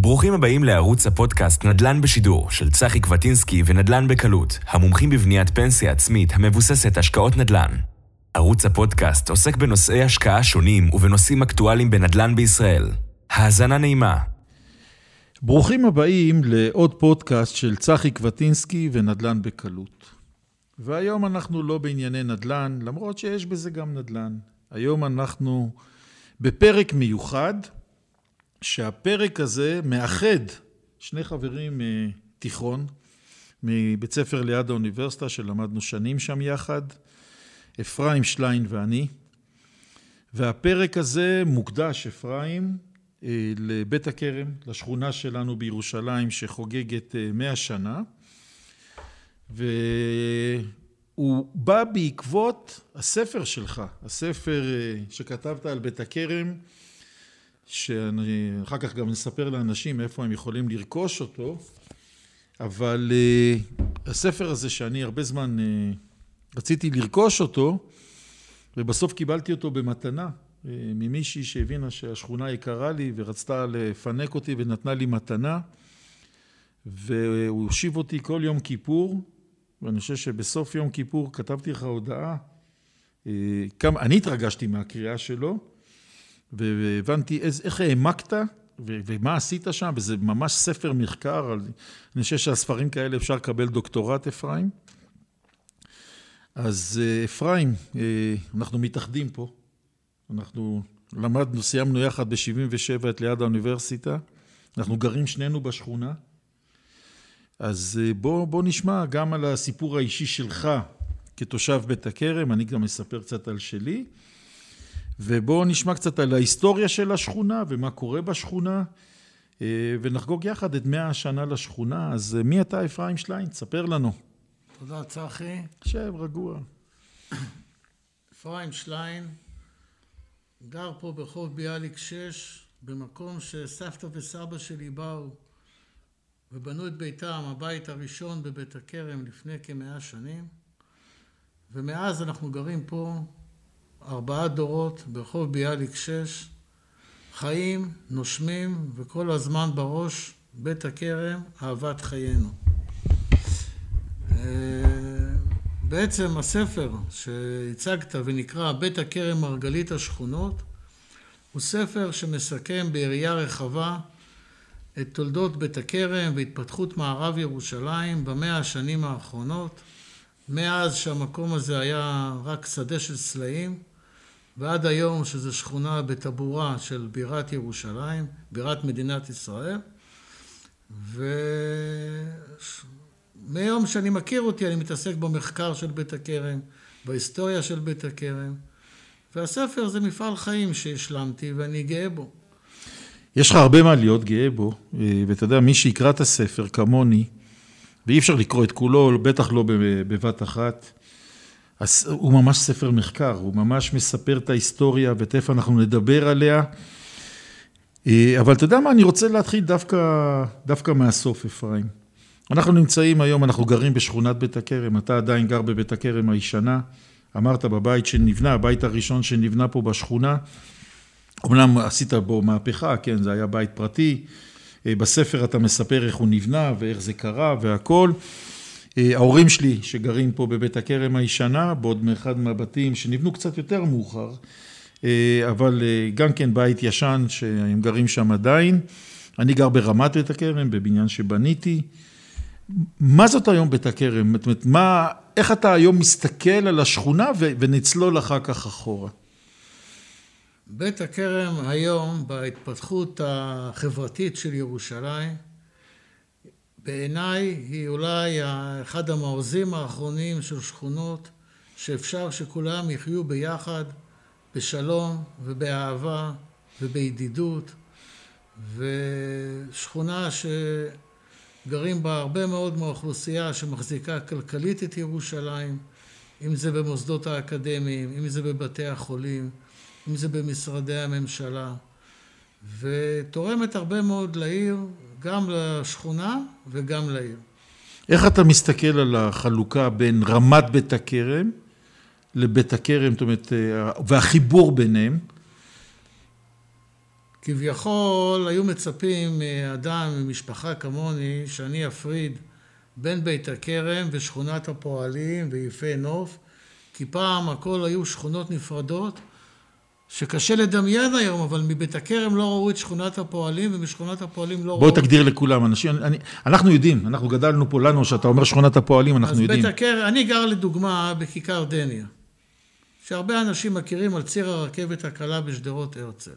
ברוכים הבאים לערוץ הפודקאסט נדל"ן בשידור של צחי קווטינסקי ונדל"ן בקלות, המומחים בבניית פנסיה עצמית המבוססת השקעות נדל"ן. ערוץ הפודקאסט עוסק בנושאי השקעה שונים ובנושאים אקטואליים בנדל"ן בישראל. האזנה נעימה. ברוכים הבאים לעוד פודקאסט של צחי קווטינסקי ונדל"ן בקלות. והיום אנחנו לא בענייני נדל"ן, למרות שיש בזה גם נדל"ן. היום אנחנו בפרק מיוחד, שהפרק הזה מאחד שני חברים מתיכון, מבית ספר ליד האוניברסיטה שלמדנו שנים שם יחד, אפרים שליין ואני. והפרק הזה מוקדש, אפרים, לבית הכרם, לשכונה שלנו בירושלים שחוגגת 100 שנה. והוא בא בעקבות הספר שלך, הספר שכתבת על בית הכרם, שאחר כך גם נספר לאנשים איפה הם יכולים לרכוש אותו, אבל הספר הזה שאני הרבה זמן רציתי לרכוש אותו, ובסוף קיבלתי אותו במתנה ממישהי שהבינה שהשכונה יקרה לי ורצתה לפנק אותי ונתנה לי מתנה, והוא הושיב אותי כל יום כיפור, ואני חושב שבסוף יום כיפור כתבתי לך הודעה, אני התרגשתי מהקריאה שלו, והבנתי איך העמקת ומה עשית שם, וזה ממש ספר מחקר, אני חושב שהספרים כאלה אפשר לקבל דוקטורט, אפרים. אז אפרים, אנחנו מתאחדים פה, אנחנו למדנו, סיימנו יחד ב-77 את ליד האוניברסיטה, אנחנו גרים שנינו בשכונה, אז בוא נשמע גם על הסיפור האישי שלך כתושב בית הכרם, אני גם אספר קצת על שלי, ובואו נשמע קצת על ההיסטוריה של השכונה ומה קורה בשכונה, ונחגוג יחד את 100 השנה לשכונה. אז מי אתה, אפרים שליין? תספר לנו. תודה, צחי. שב, רגוע. אפרים שליין, גר פה ברחוב ביאליק 6, במקום שסבתא וסבא שלי באו ובנו את ביתם, הבית הראשון בבית הכרם לפני כ100 שנים, ומאז אנחנו גרים פה 4 דורות ברחוב ביאליק 6, חיים, נושמים, וכל הזמן בראש בית הכרם, אהבת חיינו. בעצם הספר שהצגת ונקרא בית הכרם מרגלית השכונות, הוא ספר שמסכם ביריעה רחבה את תולדות בית הכרם והתפתחות מערב ירושלים ב100 השנים האחרונות, מאז שהמקום הזה היה רק שדה של סלעים, ועד היום שזו שכונה בטבורה של בירת ירושלים, בירת מדינת ישראל. ומיום שאני מכיר אותי אני מתעסק במחקר של בית הכרם, בהיסטוריה של בית הכרם, והספר זה מפעל חיים שהשלמתי ואני גאה בו. יש לך הרבה מה להיות גאה בו, ואתה יודע, מי שיקרא את הספר כמוני, ואי אפשר לקרוא את כולו, בטח לא בבת אחת, אז הוא ממש ספר מחקר, הוא ממש מספר את ההיסטוריה ותכף אנחנו נדבר עליה. אבל אתה יודע מה, אני רוצה להתחיל דווקא מהסוף, אפרים. אנחנו נמצאים היום, אנחנו גרים בשכונת בית הכרם, אתה עדיין גר בבית הכרם הישנה, אמרת בבית שנבנה, הבית הראשון שנבנה פה בשכונה, אומנם עשית בו מהפכה, כן, זה היה בית פרטי, בספר אתה מספר איך הוא נבנה ואיך זה קרה והכל. ההורים שלי שגרים פה בבית הכרם הישנה, בעוד מאחד מהבתים שנבנו קצת יותר מאוחר, אבל גם כן בית ישן שהם גרים שם עדיין. אני גר ברמת בית הכרם, בבניין שבניתי. מה זאת היום בית הכרם? זאת אומרת, איך אתה היום מסתכל על השכונה ונצלול אחר כך אחורה? בית הכרם היום בהתפתחות החברתית של ירושלים, בעיניי היא אולי אחד המעוזים האחרונים של שכונות שאפשר שכולם יחיו ביחד, בשלום ובאהבה ובידידות, ושכונה שגרים בה הרבה מאוד מהאוכלוסייה שמחזיקה כלכלית את ירושלים, אם זה במוסדות האקדמיים, אם זה בבתי החולים, אם זה במשרדי הממשלה, ותורמת הרבה מאוד לעיר, גם לשכונה וגם לעיר. איך אתה מסתכל על החלוקה בין רמת בית הכרם לבית הכרם, זאת אומרת, והחיבור ביניהם? כביכול היו מצפים מאדם, ממשפחה כמוני, שאני אפריד בין בית הכרם ושכונת הפועלים ויפה נוף, כי פעם הכל היו שכונות נפרדות, שקשה לדמיין היום, אבל מבית הכרם לא ראו את שכונת הפועלים, ומשכונת הפועלים לא ראו... בוא תגדיר לכולם, אנשים, אנחנו יודעים, אנחנו גדלנו פה לנו, שאתה אומר שכונת הפועלים, אנחנו יודעים. אז בית הכרם, אני גר לדוגמה בכיכר דניה, שהרבה אנשים מכירים על ציר הרכבת הקלה בשדרות הרצל.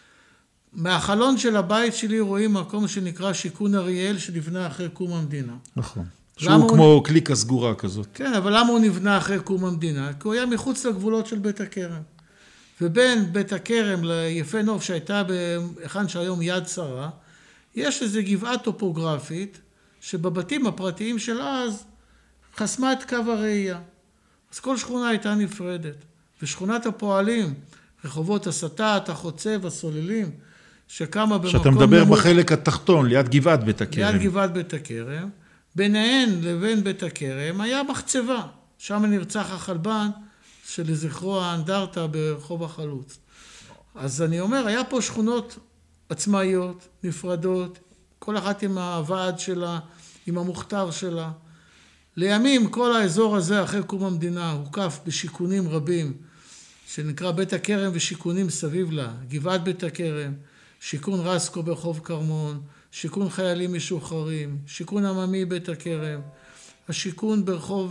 מהחלון של הבית שלי רואים מקום שנקרא שיכון אריאל, שנבנה אחרי קום המדינה. נכון. שהוא כמו קליקה סגורה כזאת. כן, אבל למה הוא נבנה אחרי קום המדינה? כי הוא היה מחוץ לגבולות של בית הכרם. ובין בית הכרם ליפה נוף שהייתה באחד שהיום יד שרה, יש איזו גבעה טופוגרפית שבבתים הפרטיים של אז חסמה את קו הראייה. אז כל שכונה הייתה נפרדת. ושכונת הפועלים, רחובות הסטת, החוצב, הסוללים, שקמה במקום... שאתה מדבר נמוך, בחלק התחתון, ליד גבעת בית הכרם. ליד גבעת בית הכרם. ביניהן לבין בית הכרם היה מחצבה. שם נרצח החלבן, שלזכרו האנדרטה ברחוב החלוץ. אז אני אומר, היה פה שכונות עצמאיות, נפרדות, כל אחת עם הוועד שלה, עם המוכתר שלה. לימים כל האזור הזה אחרי קום המדינה הוקף בשיכונים רבים, שנקרא בית הכרם ושיכונים סביב לה, גבעת בית הכרם, שיכון רסקו ברחוב קרמון, שיכון חיילים משוחררים, שיכון עממי בית הכרם, השיכון ברחוב...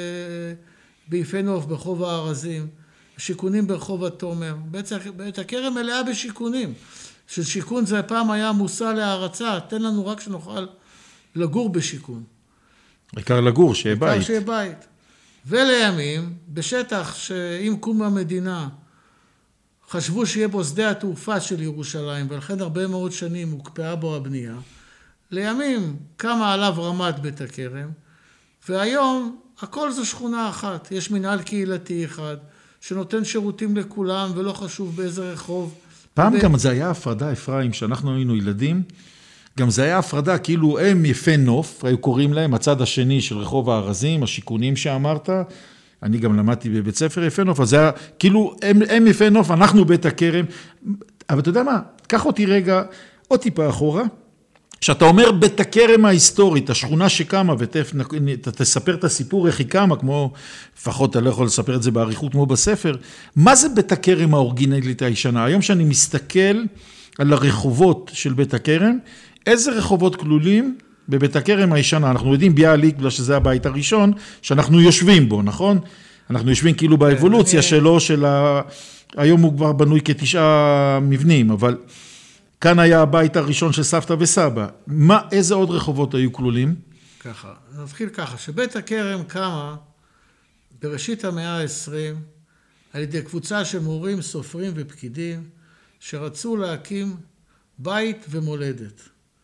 ביפה נוף, ברחוב הארזים, שיכונים ברחוב התומר. בית הכרם מלאה בשיכונים. של שיכון זה פעם היה מושא להערצה, תן לנו רק שנוכל לגור בשיכון. בעיקר לגור, שיהיה בית. בעיקר שיהיה בית. ולימים, בשטח שעם קום המדינה, חשבו שיהיה בו שדה התעופה של ירושלים, ולכן הרבה מאוד שנים הוקפאה בו הבנייה. לימים קמה עליו רמת בית הכרם, והיום הכל זו שכונה אחת. יש מנהל קהילתי אחד, שנותן שירותים לכולם, ולא חשוב באיזה רחוב. פעם גם זה היה הפרדה, אפרים, שאנחנו היינו ילדים, גם זה היה הפרדה, כאילו הם יפה נוף, היו קוראים להם, הצד השני של רחוב הארזים, השיכונים שאמרת, אני גם למדתי בבית ספר יפה נוף, אז זה היה, כאילו הם יפה נוף, אנחנו בית הכרם, אבל אתה יודע מה, קח אותי רגע, עוד טיפה אחורה, שאתה אומר בית הכרם ההיסטורית, השכונה שקמה, ואתה תספר את הסיפור איך היא קמה, כמו, לפחות אתה לא יכול לספר את זה בעריכות כמו בספר, מה זה בית הכרם האורגינלית הישנה? היום שאני מסתכל על הרחובות של בית הכרם, איזה רחובות כלולים בבית הכרם הישנה? אנחנו יודעים ביאליק, בגלל שזה הבית הראשון, שאנחנו יושבים בו, נכון? אנחנו יושבים כאילו באבולוציה שלו, היום הוא כבר בנוי כ9 מבנים, אבל... כאן היה הבית הראשון של סבתא וסבא. איזה עוד רחובות היו כלולים? ככה, נתחיל ככה, שבית הכרם קמה בראשית המאה ה-20 על ידי קבוצה של מורים, סופרים ופקידים שרצו להקים בית ומולדת.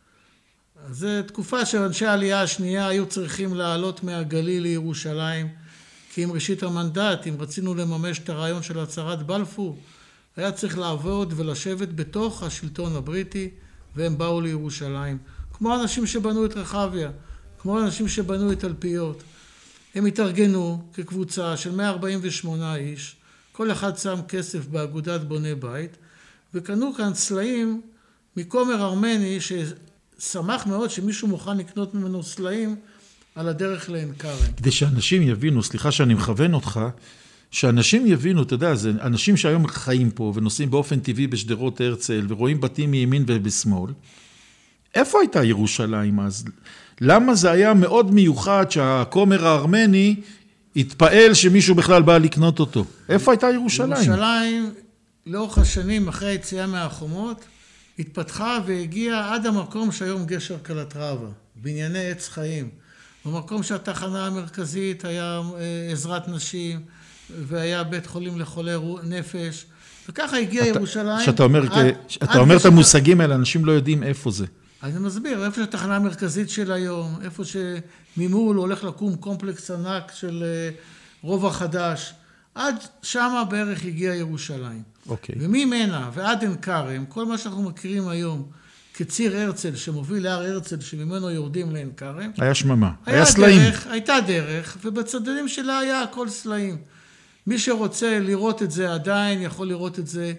אז זו תקופה שאנשי העלייה השנייה היו צריכים לעלות מהגליל לירושלים, כי עם ראשית המנדט, אם רצינו לממש את הרעיון של הצהרת בלפור, היה צריך לעבוד ולשבת בתוך השלטון הבריטי, והם באו לירושלים. כמו אנשים שבנו את רחביה, כמו אנשים שבנו את אלפיות. הם התארגנו כקבוצה של 148 איש, כל אחד שם כסף באגודת בוני בית, וקנו כאן סלעים מכומר ארמני, ששמח מאוד שמישהו מוכן לקנות ממנו סלעים על הדרך לעין כרם. כדי שאנשים יבינו, סליחה שאני מכוון אותך, שאנשים יבינו, אתה יודע, זה אנשים שהיום חיים פה ונוסעים באופן טבעי בשדרות הרצל ורואים בתים מימין ובשמאל. איפה הייתה ירושלים אז? למה זה היה מאוד מיוחד שהכומר הארמני התפעל שמישהו בכלל בא לקנות אותו? איפה הייתה ירושלים? ירושלים, לאורך השנים אחרי היציאה מהחומות, התפתחה והגיעה עד המקום שהיום גשר קלטרבה, בנייני עץ חיים. במקום שהתחנה המרכזית היה עזרת נשים, והיה בית חולים לחולי נפש, וככה הגיעה ירושלים. שאתה אומר את המושגים האלה, אנשים לא יודעים איפה זה. אני מסביר, איפה שהתחנה המרכזית של היום, איפה שממול הולך לקום קומפלקס ענק של רובע חדש, עד שמה בערך הגיעה ירושלים. אוקיי. וממנה ועד עין כרם, כל מה שאנחנו מכירים היום, כציר הרצל שמוביל להר הרצל, שממנו יורדים לעין כרם. היה שממה, היה סלעים. הייתה דרך, ובצדדים שלה היה הכל סלעים. מי שרוצה לראות את זה עדיין יכול לראות את זה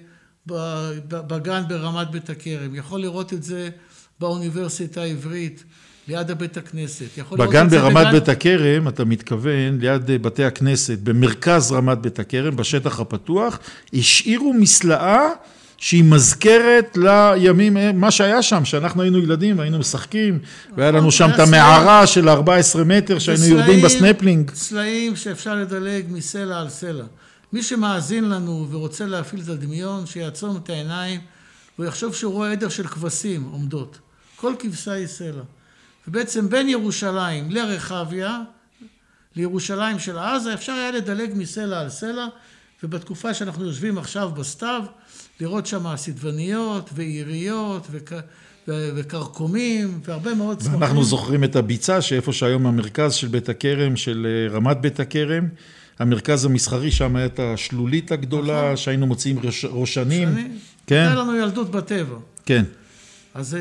בגן ברמת בית הכרם, יכול לראות את זה באוניברסיטה העברית, ליד בית הכנסת. בגן ברמת בית הכרם, אתה מתכוון, ליד בתי הכנסת, במרכז רמת בית הכרם, בשטח הפתוח, השאירו מסלעה שהיא מזכרת לימים, מה שהיה שם, שאנחנו היינו ילדים, היינו משחקים, והיה לנו שם את המערה של 14 מטר, שהיינו יורדים בסנפלינג. צלעים שאפשר לדלג מסלע על סלע. מי שמאזין לנו ורוצה להפעיל את הדמיון, שיעצום את העיניים, הוא יחשוב שהוא רואה עדר של כבשים עומדות. כל כבשה היא סלע. ובעצם בין ירושלים לרחביה, לירושלים של עזה, אפשר היה לדלג מסלע על סלע, ובתקופה שאנחנו יושבים עכשיו בסתיו, לראות שם סדבניות ועיריות וקרקומים והרבה מאוד צמחים. אנחנו זוכרים את הביצה, שאיפה שהיום המרכז של בית הכרם, של רמת בית הכרם, המרכז המסחרי שם היה את השלולית הגדולה, נכון. שהיינו מוצאים ראשנים. כן. היה לנו ילדות בטבע. כן. אז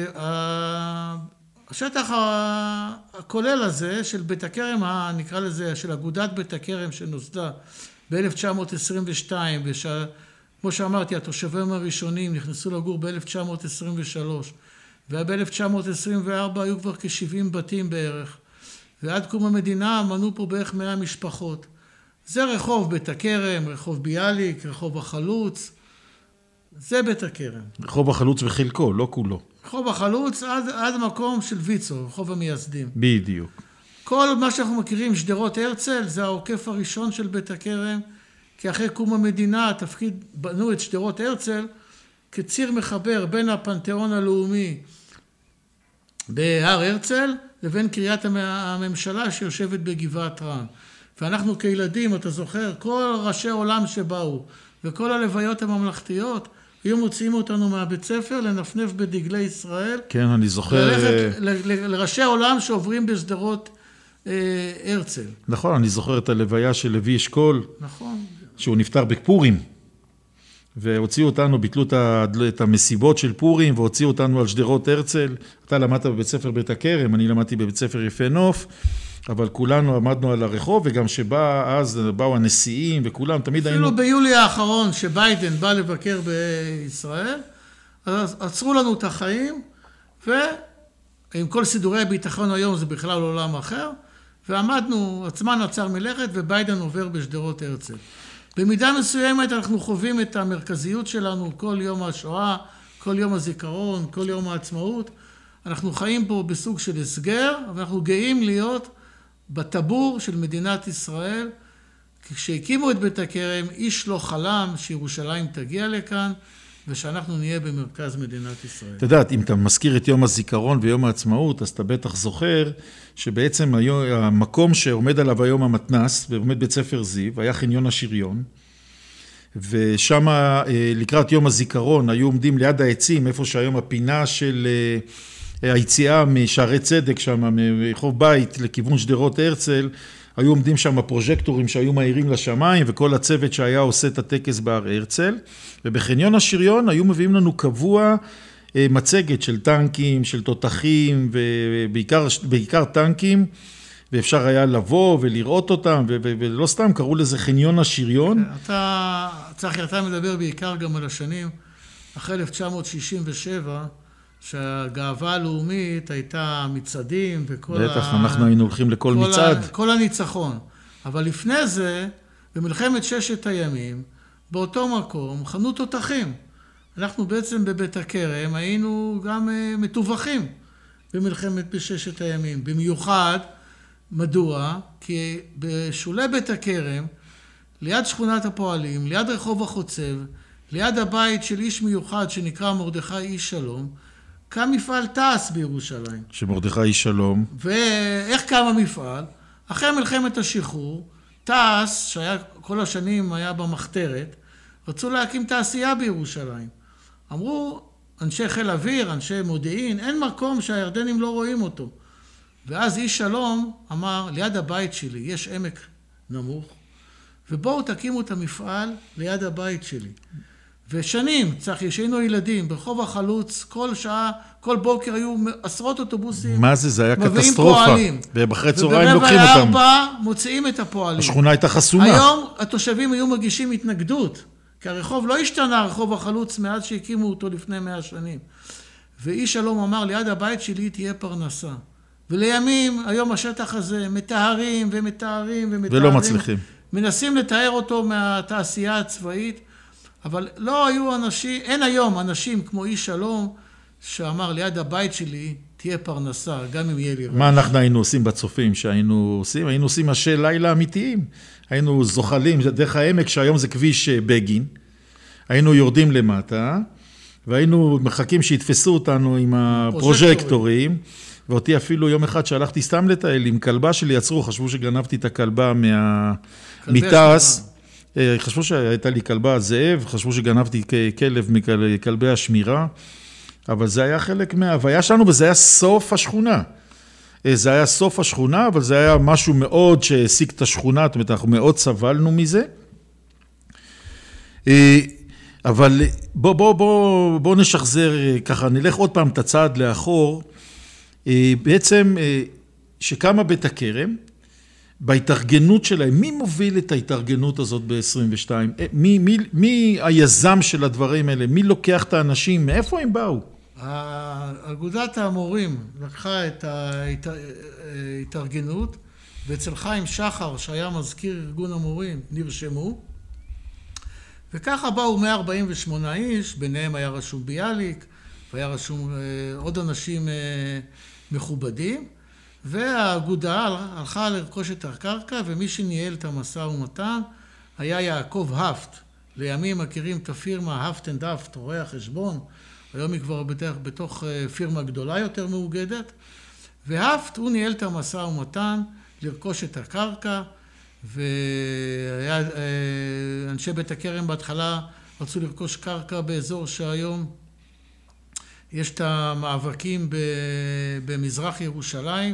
השטח הכולל הזה של בית הכרם, נקרא לזה, של אגודת בית הכרם שנוסדה ב-1922, כמו שאמרתי, התושבים הראשונים נכנסו לגור ב-1923, וב-1924 היו כבר כ-70 בתים בערך, ועד קום המדינה מנו פה בערך 100 משפחות. זה רחוב בית הכרם, רחוב ביאליק, רחוב החלוץ, זה בית הכרם. רחוב החלוץ בחלקו, לא כולו. רחוב החלוץ עד המקום של ויצו, רחוב המייסדים. בדיוק. כל מה שאנחנו מכירים, שדרות הרצל, זה העוקף הראשון של בית הכרם, כי אחרי קום המדינה, התפקיד בנו את שדרות הרצל, כציר מחבר בין הפנתיאון הלאומי בהר הרצל, לבין קריית הממשלה שיושבת בגבעת רם. ואנחנו כילדים, אתה זוכר, כל ראשי עולם שבאו, וכל הלוויות הממלכתיות, היו מוציאים אותנו מהבית ספר, לנפנף בדגלי ישראל. כן, אני זוכר. ללכת לראשי עולם שעוברים בשדרות הרצל. נכון, אני זוכר את הלוויה של לוי אשכול. נכון. שהוא נפטר בפורים. והוציאו אותנו, ביטלו את המסיבות של פורים, והוציאו אותנו על שדרות הרצל. אתה למדת בבית ספר בית הכרם, אני למדתי בבית ספר יפה נוף, אבל כולנו עמדנו על הרחוב, וגם אז באו הנשיאים, וכולם תמיד היינו... אפילו ביולי האחרון, שביידן בא לבקר בישראל, אז עצרו לנו את החיים, ועם כל סידורי הביטחון היום זה בכלל עולם אחר, ועמדנו, עצמן עצר מלכת, וביידן עובר בשדרות הרצל. במידה מסוימת אנחנו חווים את המרכזיות שלנו כל יום השואה, כל יום הזיכרון, כל יום העצמאות. אנחנו חיים פה בסוג של הסגר, אבל אנחנו גאים להיות בטבור של מדינת ישראל. כשהקימו את בית הכרם, איש לא חלם שירושלים תגיע לכאן, ושאנחנו נהיה במרכז מדינת ישראל. אתה יודעת, אם אתה מזכיר את יום הזיכרון ויום העצמאות, אז אתה בטח זוכר שבעצם המקום שעומד עליו היום המתנ"ס, ועומד בית ספר זיו, היה חניון השריון, ושם לקראת יום הזיכרון היו עומדים ליד העצים, איפה שהיום הפינה של היציאה משערי צדק, שם מרחוב בית לכיוון שדרות הרצל, היו עומדים שם פרוז'קטורים שהיו מהירים לשמיים, וכל הצוות שהיה עושה את הטקס בהר הרצל, ובחניון השריון היו מביאים לנו קבוע מצגת של טנקים, של תותחים, ובעיקר טנקים, ואפשר היה לבוא ולראות אותם, ולא סתם קראו לזה חניון השריון. צחי, אתה מדבר בעיקר גם על השנים, אחרי 1967, שהגאווה הלאומית הייתה מצעדים וכל בטח, אנחנו היינו הולכים לכל מצעד. כל הניצחון. אבל לפני זה, במלחמת ששת הימים, באותו מקום, חנו תותחים. אנחנו בעצם בבית הכרם היינו גם מטווחים במלחמת בששת הימים. במיוחד, מדוע? כי בשולי בית הכרם, ליד שכונת הפועלים, ליד רחוב החוצב, ליד הבית של איש מיוחד שנקרא מרדכי איש שלום, קם מפעל תעש בירושלים. שמרדכי איש שלום. ואיך קם המפעל? אחרי מלחמת השחרור, תעש, שהיה כל השנים היה במחתרת, רצו להקים תעשייה בירושלים. אמרו, אנשי חיל אוויר, אנשי מודיעין, אין מקום שהירדנים לא רואים אותו. ואז איש שלום אמר, ליד הבית שלי יש עמק נמוך, ובואו תקימו את המפעל ליד הבית שלי. ושנים, צחי, שהיינו ילדים, ברחוב החלוץ, כל שעה, כל בוקר היו עשרות אוטובוסים. מה זה? זה היה קטסטרופה. ובאחרי צהריים לוקחים אותם. וברבע 4 מוציאים את הפועלים. השכונה הייתה חסומה. היום התושבים היו מגישים התנגדות כי הרחוב לא השתנה, רחוב החלוץ, מאז שהקימו אותו לפני 100 שנים. ואיש שלום אמר, ליד הבית שלי תהיה פרנסה. ולימים, היום השטח הזה, מטהרים ומטהרים ומטהרים. ולא מצליחים. מנסים לתאר אותו מהתעשייה הצבאית, אבל לא היו אנשים, אין היום אנשים כמו איש שלום, שאמר, ליד הבית שלי תהיה פרנסה, גם אם יהיה לי רעש. מה אנחנו היינו עושים בצופים שהיינו עושים? היינו עושים משי לילה אמיתיים. היינו זוחלים דרך העמק, שהיום זה כביש בגין. היינו יורדים למטה, והיינו מחכים שיתפסו אותנו עם הפרוז'קטורים. ואותי אפילו יום אחד שהלכתי סתם לטייל עם כלבה שלי, יצרו, חשבו שגנבתי את הכלבה מהמיטס. חשבו שהייתה לי כלבה זאב, חשבו שגנבתי כלב מכלבי השמירה. אבל זה היה חלק מההוויה שלנו, וזה היה סוף השכונה. זה היה סוף השכונה, אבל זה היה משהו מאוד שהעסיק את השכונה, זאת אומרת, אנחנו מאוד סבלנו מזה. אבל בוא נשחזר ככה, נלך עוד פעם את הצעד לאחור. בעצם, שקמה בית הכרם, בהתארגנות שלהם, מי מוביל את ההתארגנות הזאת ב-22? מי היזם של הדברים האלה? מי לוקח את האנשים? מאיפה הם באו? אגודת המורים לקחה את ההתארגנות, ואצל חיים שחר, שהיה מזכיר ארגון המורים, נרשמו, וככה באו 148 איש, ביניהם היה רשום ביאליק, והיה רשום עוד אנשים מכובדים, והאגודה הלכה לרכוש את הקרקע, ומי שניהל את המשא ומתן היה יעקב הפט. לימים מכירים את הפירמה הפט אנד הפט, רואי החשבון, היום היא כבר בתוך פירמה גדולה יותר מאוגדת, והפט הוא ניהל את המשא ומתן לרכוש את הקרקע, והיה אנשי בית הכרם בהתחלה רצו לרכוש קרקע באזור שהיום יש את המאבקים במזרח ירושלים,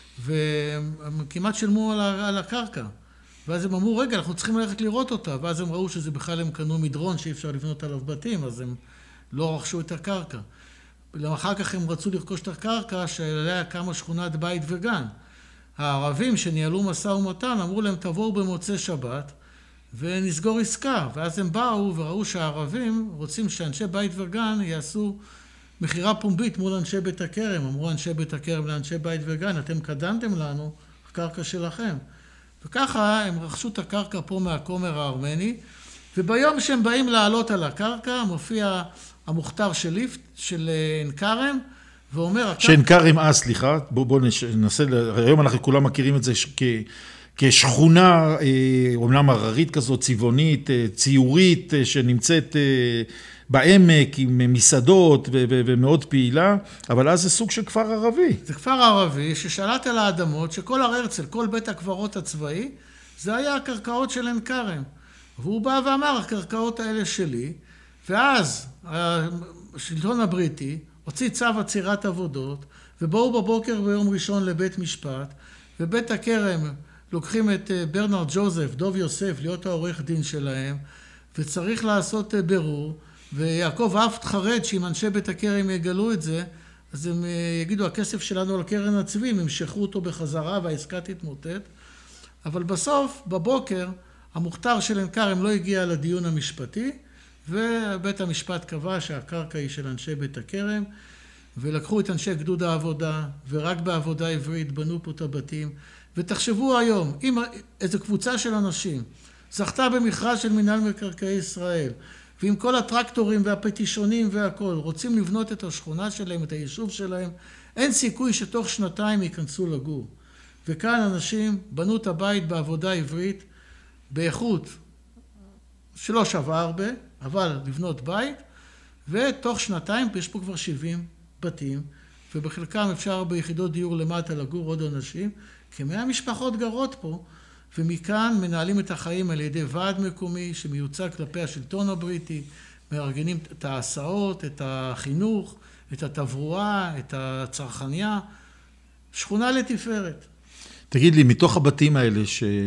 והם כמעט שילמו על הקרקע. ואז הם אמרו, רגע, אנחנו צריכים ללכת לראות אותה. ואז הם ראו שזה בכלל הם קנו מדרון שאי אפשר לבנות עליו בתים, אז הם לא רכשו את הקרקע. אחר כך הם רצו לרכוש את הקרקע שעליה קמה שכונת בית וגן. הערבים שניהלו משא ומתן אמרו להם, תבואו במוצאי שבת ונסגור עסקה. ואז הם באו וראו שהערבים רוצים שאנשי בית וגן יעשו מחירה פומבית מול אנשי בית הכרם. אמרו אנשי בית הכרם לאנשי בית וגן, אתם קדמתם לנו, הקרקע שלכם. וככה הם רכשו את הקרקע פה מהכומר הארמני, וביום שהם באים לעלות על הקרקע, מופיע המוכתר של עין כרם, ואומר... שעין כרם, סליחה, בואו ננסה, היום אנחנו כולם מכירים את זה כשכונה, אומנם הררית כזאת, צבעונית, ציורית, שנמצאת בעמק עם מסעדות ומאוד פעילה, אבל אז זה סוג של כפר ערבי. זה כפר ערבי ששלט על האדמות, שכל הר הרצל, כל בית הקברות הצבאי, זה היה הקרקעות של עין כרם. והוא בא ואמר, הקרקעות האלה שלי, ואז השלטון הבריטי הוציא צו עצירת עבודות, ובאו בבוקר ביום ראשון לבית משפט, ובית הכרם לוקחים את ברנרד ג'וזף, דוב יוסף, להיות העורך דין שלהם, וצריך לעשות בירור, ויעקב הפט חרד שאם אנשי בית הכרם יגלו את זה, אז הם יגידו, הכסף שלנו על קרן הצבי, הם ימשכו אותו בחזרה והעסקה תתמוטט. אבל בסוף, בבוקר, המוכתר של עין כרם לא הגיע לדיון המשפטי, ובית המשפט קבע שהקרקע היא של אנשי בית הכרם, ולקחו את אנשי גדוד העבודה, ורק בעבודה עברית בנו פה את הבתים. ותחשבו היום, אם איזו קבוצה של אנשים זכתה במכרז של מינהל מקרקעי ישראל, ועם כל הטרקטורים והפטישונים והכל, רוצים לבנות את השכונה שלהם, את היישוב שלהם, אין סיכוי שתוך שנתיים ייכנסו לגור. וכאן אנשים בנו את הבית בעבודה עברית, באיכות שלא שווה הרבה, אבל לבנות בית, ותוך שנתיים יש פה כבר 70 בתים, ובחלקם אפשר ביחידות דיור למטה לגור עוד אנשים, כ100 משפחות גרות פה, ומכאן מנהלים את החיים על ידי ועד מקומי שמיוצג כלפי השלטון הבריטי, מארגנים את ההסעות, את החינוך, את התברואה, את הצרכניה, שכונה לתפארת. תגיד לי, מתוך הבתים האלה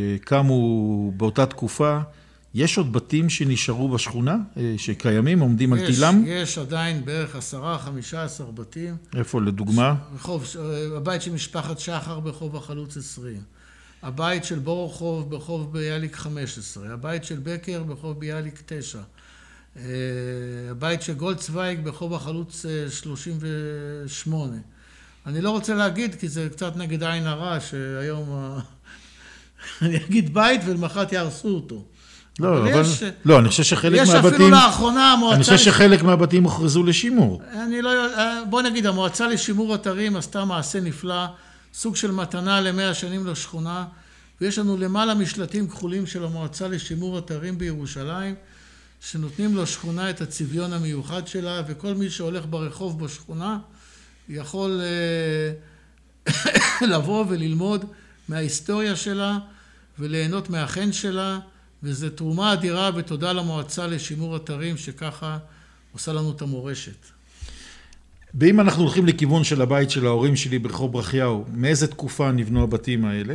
שקמו באותה תקופה, יש עוד בתים שנשארו בשכונה, שקיימים, עומדים על תילם? יש עדיין בערך 10-15 בתים. איפה לדוגמה? הבית של משפחת שחר ברחוב החלוץ 20. הבית של בורוכוב ברחוב ביאליק 15, הבית של בקר ברחוב ביאליק 9, הבית של גולדצוויג ברחוב החלוץ 38. אני לא רוצה להגיד, כי זה קצת נגד עין הרע, שהיום אני אגיד בית ולמחרת יהרסו אותו. לא, אני חושב שחלק מהבתים... יש אפילו לאחרונה המועצה... אני חושב שחלק מהבתים הוכרזו לשימור. בוא נגיד, המועצה לשימור אתרים עשתה מעשה נפלא, סוג של מתנה ל100 שנים לשכונה, ויש לנו למעלה משלטים כחולים של המועצה לשימור אתרים בירושלים, שנותנים לשכונה את הצביון המיוחד שלה, וכל מי שהולך ברחוב בשכונה יכול לבוא וללמוד מההיסטוריה שלה, וליהנות מהחן שלה, וזו תרומה אדירה ותודה למועצה לשימור אתרים שככה עושה לנו את המורשת. ואם אנחנו הולכים לכיוון של הבית של ההורים שלי ברחוב ברכיהו, מאיזה תקופה נבנו הבתים האלה?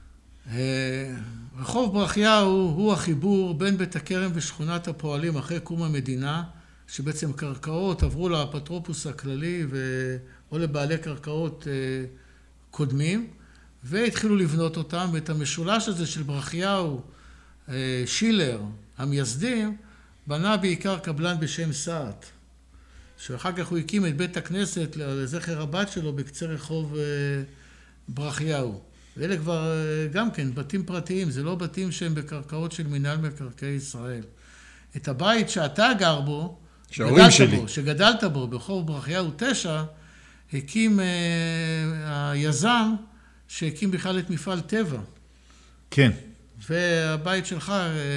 רחוב ברכיהו הוא החיבור בין בית הכרם ושכונת הפועלים אחרי קום המדינה, שבעצם קרקעות עברו לאפוטרופוס הכללי או לבעלי קרקעות קודמים, והתחילו לבנות אותם, ואת המשולש הזה של ברכיהו, שילר, המייסדים, בנה בעיקר קבלן בשם סעט, שאחר כך הוא הקים את בית הכנסת לזכר הבת שלו בקצה רחוב ברכיהו. ואלה כבר גם כן בתים פרטיים, זה לא בתים שהם בקרקעות של מינהל מקרקעי ישראל. את הבית שאתה גר בו, שגדלת בו ברחוב ברכיהו 9, הקים היזם שהקים בכלל את מפעל טבע. כן. והבית שלך...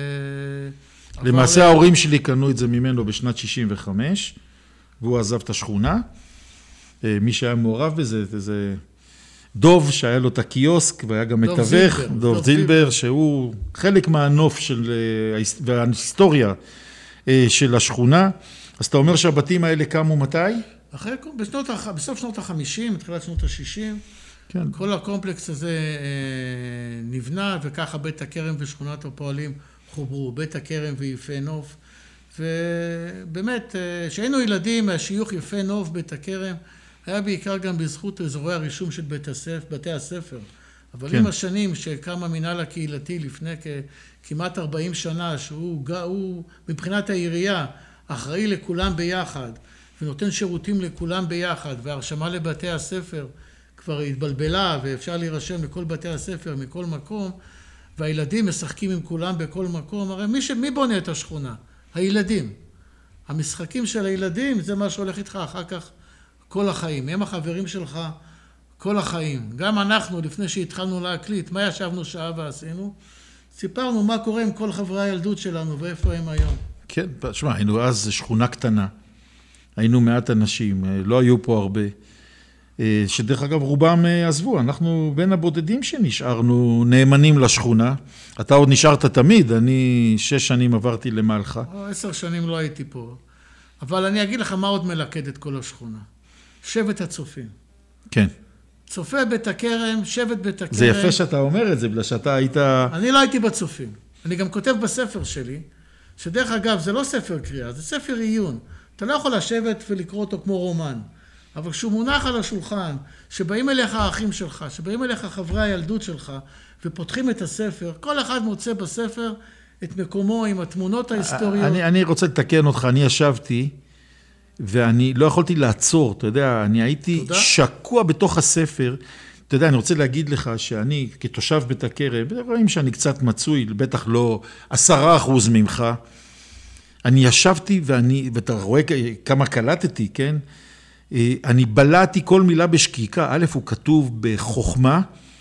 למעשה ההורים שלי קנו את זה ממנו בשנת 65, והוא עזב את השכונה. מי שהיה מעורב בזה, זה דוב שהיה לו את הקיוסק, והיה גם מתווך, דוב זילבר, שהוא חלק מהנוף וההיסטוריה של השכונה. אז אתה אומר שהבתים האלה קמו מתי? בסוף שנות ה-50, בתחילת שנות ה-60. כן. כל הקומפלקס הזה נבנה, וככה בית הכרם ושכונת הפועלים חוברו, בית הכרם ויפה נוף. ובאמת, שהיינו ילדים, השיוך יפה נוף, בית הכרם, היה בעיקר גם בזכות אזורי הרישום של בתי הספר. אבל עם השנים שקם המינהל הקהילתי לפני כמעט 40 שנה, שהוא מבחינת העירייה אחראי לכולם ביחד, ונותן שירותים לכולם ביחד, והרשמה לבתי הספר כבר התבלבלה, ואפשר להירשם לכל בתי הספר מכל מקום, והילדים משחקים עם כולם בכל מקום. הרי מי בונה את השכונה? הילדים. המשחקים של הילדים זה מה שהולך איתך אחר כך כל החיים. הם החברים שלך כל החיים. גם אנחנו, לפני שהתחלנו להקליט, מה ישבנו שעה ועשינו? סיפרנו מה קורה עם כל חברי הילדות שלנו ואיפה הם היום. כן, תשמע, היינו אז שכונה קטנה. היינו מעט אנשים, לא היו פה הרבה. שדרך אגב רובם עזבו, אנחנו בין הבודדים שנשארנו נאמנים לשכונה. אתה עוד נשארת תמיד, אני 6 שנים עברתי למעלך. 10 שנים לא הייתי פה. אבל אני אגיד לך מה עוד מלכד את כל השכונה. שבט הצופים. כן. צופה בית הכרם, שבט בית הכרם. זה יפה שאתה אומר את זה, בגלל שאתה היית... אני לא הייתי בצופים. אני גם כותב בספר שלי, שדרך אגב זה לא ספר קריאה, זה ספר עיון. אתה לא יכול לשבת ולקרוא אותו כמו רומן. אבל כשהוא מונח על השולחן, שבאים אליך האחים שלך, שבאים אליך חברי הילדות שלך, ופותחים את הספר, כל אחד מוצא בספר את מקומו עם התמונות ההיסטוריות. אני רוצה לתקן אותך, אני ישבתי, ואני לא יכולתי לעצור, אתה יודע, אני הייתי שקוע בתוך הספר, אתה יודע, אני רוצה להגיד לך שאני כתושב בית הכרם, רואים שאני קצת מצוי, בטח לא 10% ממך, אני ישבתי ואתה רואה כמה קלטתי, כן? אני בלעתי כל מילה בשקיקה, א' הוא כתוב בחוכמה,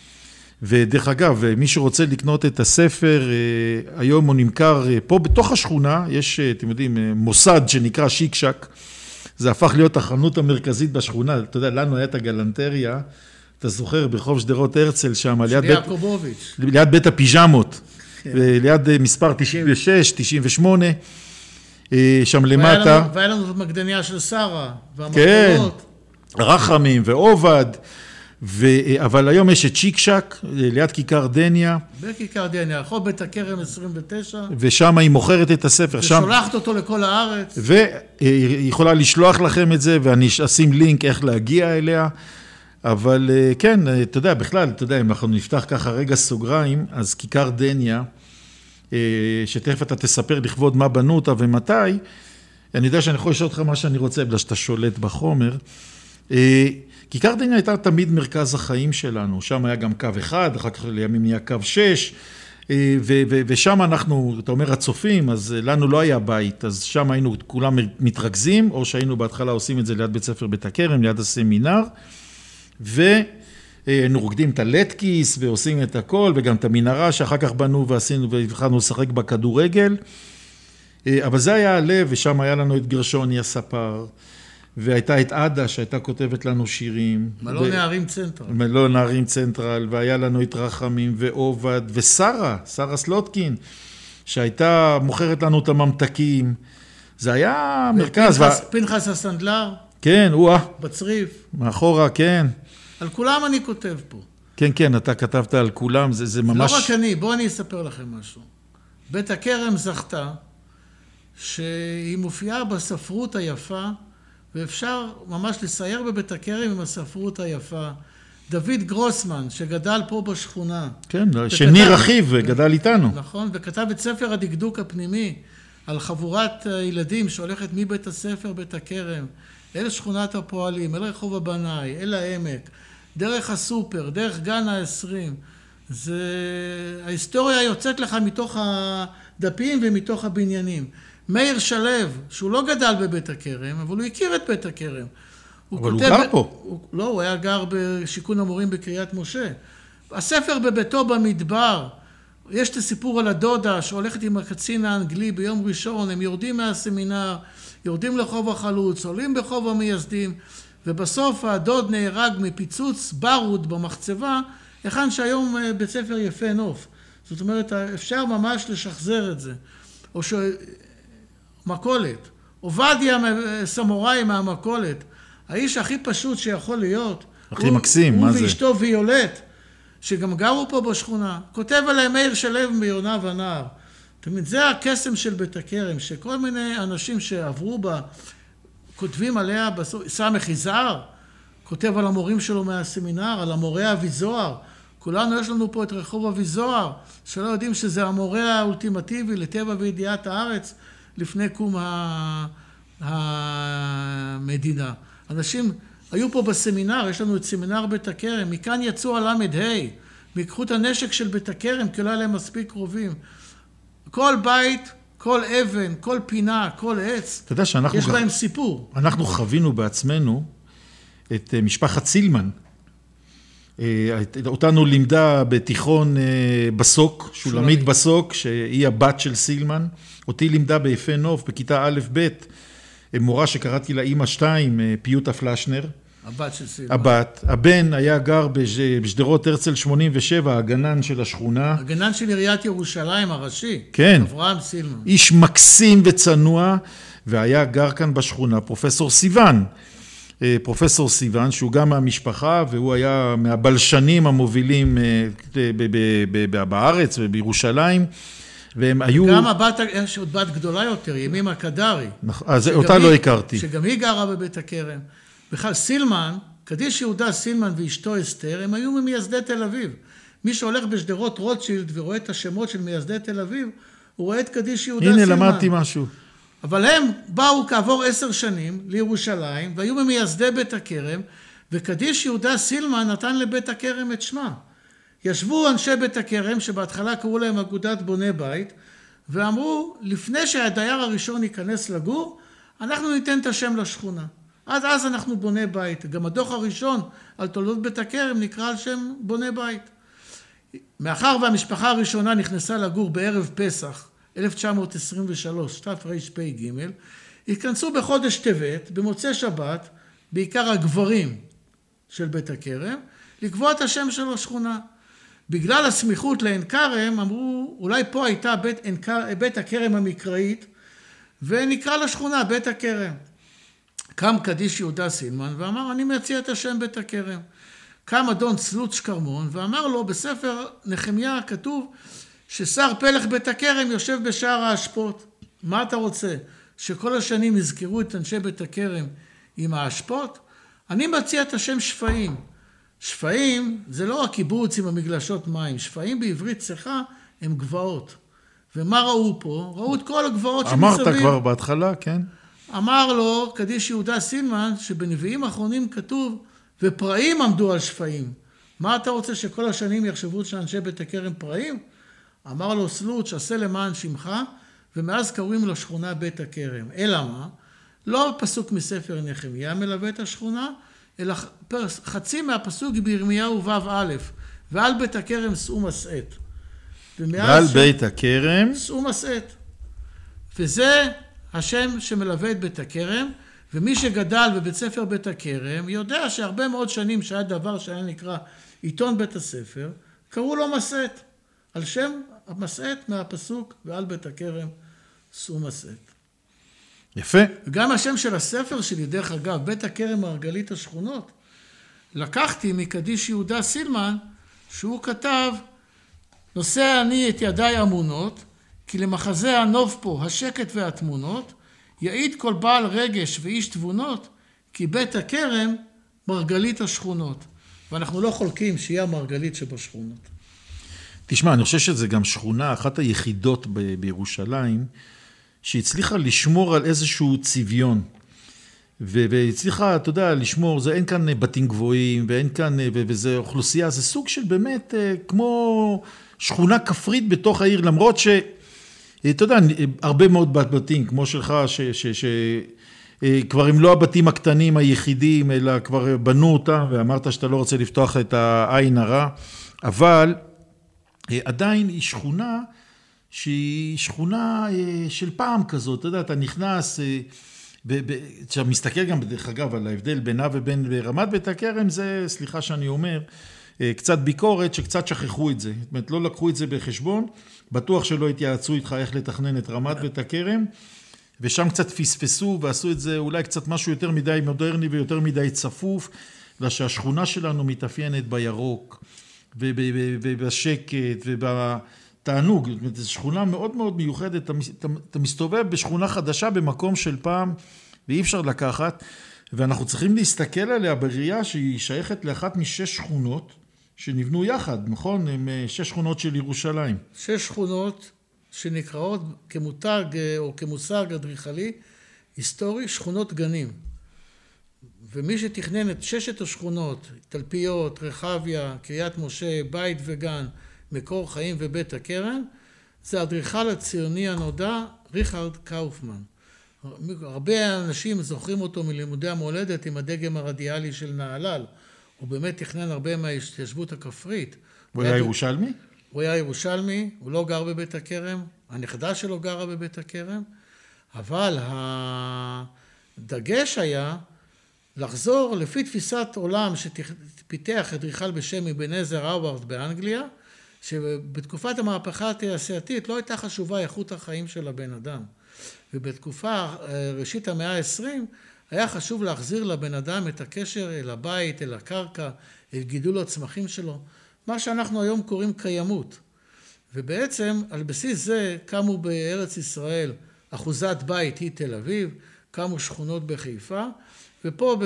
ודרך אגב, מי שרוצה לקנות את הספר, היום הוא נמכר פה בתוך השכונה, יש, אתם יודעים, מוסד שנקרא שיק שק, זה הפך להיות החנות המרכזית בשכונה, אתה יודע, לנו היה את הגלנטריה, אתה זוכר, ברחוב שדרות הרצל שם, ליד בית הפיג'מות, ליד מספר 96, 98, שם למטה. והיה לנו את המקדניה של שרה, והמחולות. כן, רחמים ועובד, אבל היום יש את שיק שק, ליד כיכר דניה. בכיכר דניה, רחוב בית הכרם 29. ושם היא מוכרת את הספר. ושולחת אותו לכל הארץ. והיא יכולה לשלוח לכם את זה, ואני אשים לינק איך להגיע אליה. אבל כן, אתה יודע, בכלל, אתה יודע, אם אנחנו נפתח ככה רגע סוגריים, אז כיכר דניה שתכף אתה תספר לכבוד מה בנו אותה ומתי. אני יודע שאני יכול לשאול אותך מה שאני רוצה, בגלל שאתה שולט בחומר. כיכר דניה הייתה תמיד מרכז החיים שלנו, שם היה גם קו 1, אחר כך לימים נהיה קו 6, ושם אנחנו, אתה אומר הצופים, אז לנו לא היה בית, אז שם היינו כולם מתרכזים, או שהיינו בהתחלה עושים את זה ליד בית ספר בית הכרם, ליד הסמינר, והיינו רוקדים את הלטקיס ועושים את הכל, וגם את המנהרה שאחר כך בנו ועשינו והתחלנו לשחק בכדורגל, אבל זה היה הלב, ושם היה לנו את גרשוני הספר, והייתה את עדה שהייתה כותבת לנו שירים. מלון נערים צנטרל. מלון נערים צנטרל, והיה לנו את רחמים ועובד, ושרה סלוטקין, שהייתה מוכרת לנו את הממתקים. זה היה מרכז. פנחס הסנדלר. כן, בצריף. מאחורה, כן. על כולם אני כותב פה. כן, כן, אתה כתבת על כולם, זה ממש... לא רק אני, בואו אני אספר לכם משהו. בית הכרם זכתה, שהיא מופיעה בספרות היפה, ואפשר ממש לסייר בבית הכרם עם הספרות היפה. דוד גרוסמן, שגדל פה בשכונה. כן, שניר אחיו גדל איתנו. נכון, וכתב את ספר הדקדוק הפנימי, על חבורת ילדים שהולכת מבית הספר, בית הכרם, אל שכונת הפועלים, אל רחוב הבנאי, אל העמק, דרך הסופר, דרך גן ה-20. ההיסטוריה יוצאת לך מתוך הדפים ומתוך הבניינים. מאיר שלו, שהוא לא גדל בבית הכרם, אבל הוא הכיר את בית הכרם. אבל הוא גר פה. לא, הוא היה גר בשיכון המורים בקריית משה. הספר בביתו במדבר, יש את הסיפור על הדודה שהולכת עם הקצין האנגלי ביום ראשון, הם יורדים מהסמינר, יורדים לחוב החלוץ, עולים בחוב המייסדים, ובסוף הדוד נהרג מפיצוץ ברוד במחצבה, היכן שהיום בית ספר יפה נוף. זאת אומרת, אפשר ממש לשחזר את זה. או מכולת. עובדיה סמוראי מהמכולת. האיש הכי פשוט שיכול להיות. הכי מקסים, מה זה? הוא ואשתו ויולט, שגם גרו פה בשכונה. כותב עליהם מאיר שלו מיונה ונער. תמיד זה הקסם של בית הכרם, שכל מיני אנשים שעברו בה, כותבים עליה, סמך יזהר, כותב על המורים שלו מהסמינר, על המורה אבי זוהר. כולנו יש לנו פה את רחוב אבי זוהר, שלא יודעים שזה המורה האולטימטיבי לטבע וידיעת הארץ, לפני קום המדינה. אנשים היו פה בסמינר, יש לנו את סמינר בית הכרם, מכאן יצאו הלמד ה', ויקחו את הנשק של בית הכרם, כי לא היה להם מספיק קרובים. כל בית, כל אבן, כל פינה, כל עץ, אתה יודע שאנחנו יש להם סיפור. אנחנו חווינו בעצמנו את משפחת סילמן. אותנו לימדה בתיכון בסוק, שולמית בסוק, שהיא הבת של סילמן. אותי לימדה ביפה נוף, בכיתה א' ב', מורה שקראתי לה אמא 2, פיוטה פלשנר. הבת של סילמן. הבת. הבן היה גר בשדרות הרצל 87, הגנן של השכונה. הגנן של עיריית ירושלים הראשי. כן. אברהם סילמן. איש מקסים וצנוע, והיה גר כאן בשכונה פרופסור סיוון. פרופסור סיוון, שהוא גם מהמשפחה, והוא היה מהבלשנים המובילים בארץ ובירושלים, והם היו... גם הבת, יש עוד בת גדולה יותר, ימימה קדרי. אז אותה לא הכרתי. שגם היא גרה בבית הכרם. בכלל סילמן, קדיש יהודה סילמן ואשתו אסתר, הם היו ממייסדי תל אביב. מי שהולך בשדרות רוטשילד ורואה את השמות של מייסדי תל אביב, הוא רואה את קדיש יהודה סילמן. הנה, למדתי משהו. אבל הם באו כעבור 10 שנים לירושלים, והיו ממייסדי בית הכרם, וקדיש יהודה סילמן נתן לבית הכרם את שמה. ישבו אנשי בית הכרם, שבהתחלה קראו להם אגודת בוני בית, ואמרו, לפני שהדייר הראשון ייכנס לגור, אנחנו ניתן את השם לשכונה. עד אז אנחנו בוני בית. גם הדוח הראשון על תולדות בית הכרם נקרא על שם בוני בית. מאחר והמשפחה הראשונה נכנסה לגור בערב פסח, 1923, תרפ"ג, התכנסו בחודש טבת, במוצאי שבת, בעיקר הגברים של בית הכרם, לקבוע את השם של השכונה. בגלל הסמיכות לעין כרם, אמרו, אולי פה הייתה בית הכרם המקראית, ונקרא לשכונה בית הכרם. קם קדיש יהודה סילמן ואמר, אני מציע את השם בית הכרם. קם אדון צלוץ קרמון ואמר לו, בספר נחמיה כתוב, ששר פלך בית הכרם יושב בשער האשפות. מה אתה רוצה? שכל השנים יזכרו את אנשי בית הכרם עם האשפות? אני מציע את השם שפעים. שפעים זה לא הקיבוץ עם המגלשות מים. שפעים בעברית צחה הם גבעות. ומה ראו פה? ראו את כל הגבעות שמסביב. אמרת כבר בהתחלה, כן? אמר לו קדיש יהודה סילמן, שבנביאים האחרונים כתוב, ופראים עמדו על שפעים. מה אתה רוצה שכל השנים יחשבו שאנשי בית הכרם פראים? אמר לו סלוץ', עשה למען שמך, ומאז קוראים לו שכונה בית הכרם. אלא מה? לא פסוק מספר נחמיה מלווה את השכונה, אלא חצי מהפסוק בירמיהו ו' ועל בית הכרם שאו מסעת. ועל בית הכרם שאו מסעת. וזה השם שמלווה את בית הכרם, ומי שגדל בבית ספר בית הכרם יודע שהרבה מאוד שנים שהיה דבר שהיה נקרא עיתון בית הספר, קראו לו מסעת, על שם המסעת מהפסוק ועל בית הכרם שאו מסעת. יפה. וגם השם של הספר שלי, דרך אגב, בית הכרם מרגלית השכונות, לקחתי מקדיש יהודה סילמן, שהוא כתב, נושא אני את ידיי אמונות, כי למחזה הנוף פה, השקט והתמונות, יעיד כל בעל רגש ואיש תבונות, כי בית הכרם מרגלית השכונות. ואנחנו לא חולקים שהיא המרגלית שבשכונות. תשמע, אני חושב שזה גם שכונה, אחת היחידות בירושלים, שהצליחה לשמור על איזשהו צביון. והצליחה, אתה יודע, לשמור, אין כאן בתים גבוהים, ואין כאן, וזה אוכלוסייה, זה סוג של באמת כמו שכונה כפרית בתוך העיר, למרות ש, אתה יודע, הרבה מאוד בתים, כמו שלך, כבר הם לא הבתים הקטנים היחידים, אלא כבר בנו אותם, ואמרת שאתה לא רוצה לפתוח את העין הרע, אבל עדיין היא שכונה, שהיא שכונה של פעם כזאת, אתה יודע, אתה נכנס, אתה מסתכל גם בדרך אגב על ההבדל בינה ובין רמת בית הכרם, זה, סליחה שאני אומר, קצת ביקורת שקצת שכחו את זה, זאת אומרת, לא לקחו את זה בחשבון, בטוח שלא התייעצו איתך איך לתכנן את רמת בית הכרם, ושם קצת פספסו ועשו את זה אולי קצת משהו יותר מדי מודרני ויותר מדי צפוף, ושהשכונה שלנו מתאפיינת בירוק, ובשקט, תענוג, זו שכונה מאוד מאוד מיוחדת, אתה מסתובב בשכונה חדשה במקום של פעם, ואי אפשר לקחת, ואנחנו צריכים להסתכל עליה בראייה שהיא שייכת לאחת משש שכונות, שנבנו יחד, נכון? הם 6 שכונות של ירושלים. 6 שכונות שנקראות כמותג או כמושג אדריכלי היסטורי, שכונות גנים. ומי שתכנן את 6 השכונות, תלפיות, רחביה, קריית משה, בית וגן, מקור חיים ובית הכרם, זה האדריכל הציוני הנודע, ריכרד קאופמן. הרבה אנשים זוכרים אותו מלימודי המולדת עם הדגם הרדיאלי של נהלל. הוא באמת תכנן הרבה מההתיישבות הכפרית. הוא היה ירושלמי? הוא היה ירושלמי, הוא לא גר בבית הכרם, הנכדה שלו גרה בבית הכרם, אבל הדגש היה לחזור לפי תפיסת עולם שפיתח אדריכל בשם אבן עזר האווארד באנגליה, שבתקופת המהפכה התעשייתית לא הייתה חשובה איכות החיים של הבן אדם. ובתקופה ראשית המאה ה-20 היה חשוב להחזיר לבן אדם את הקשר אל הבית, אל הקרקע, אל גידול הצמחים שלו, מה שאנחנו היום קוראים קיימות. ובעצם על בסיס זה קמו בארץ ישראל אחוזת בית היא תל אביב, קמו שכונות בחיפה, ופה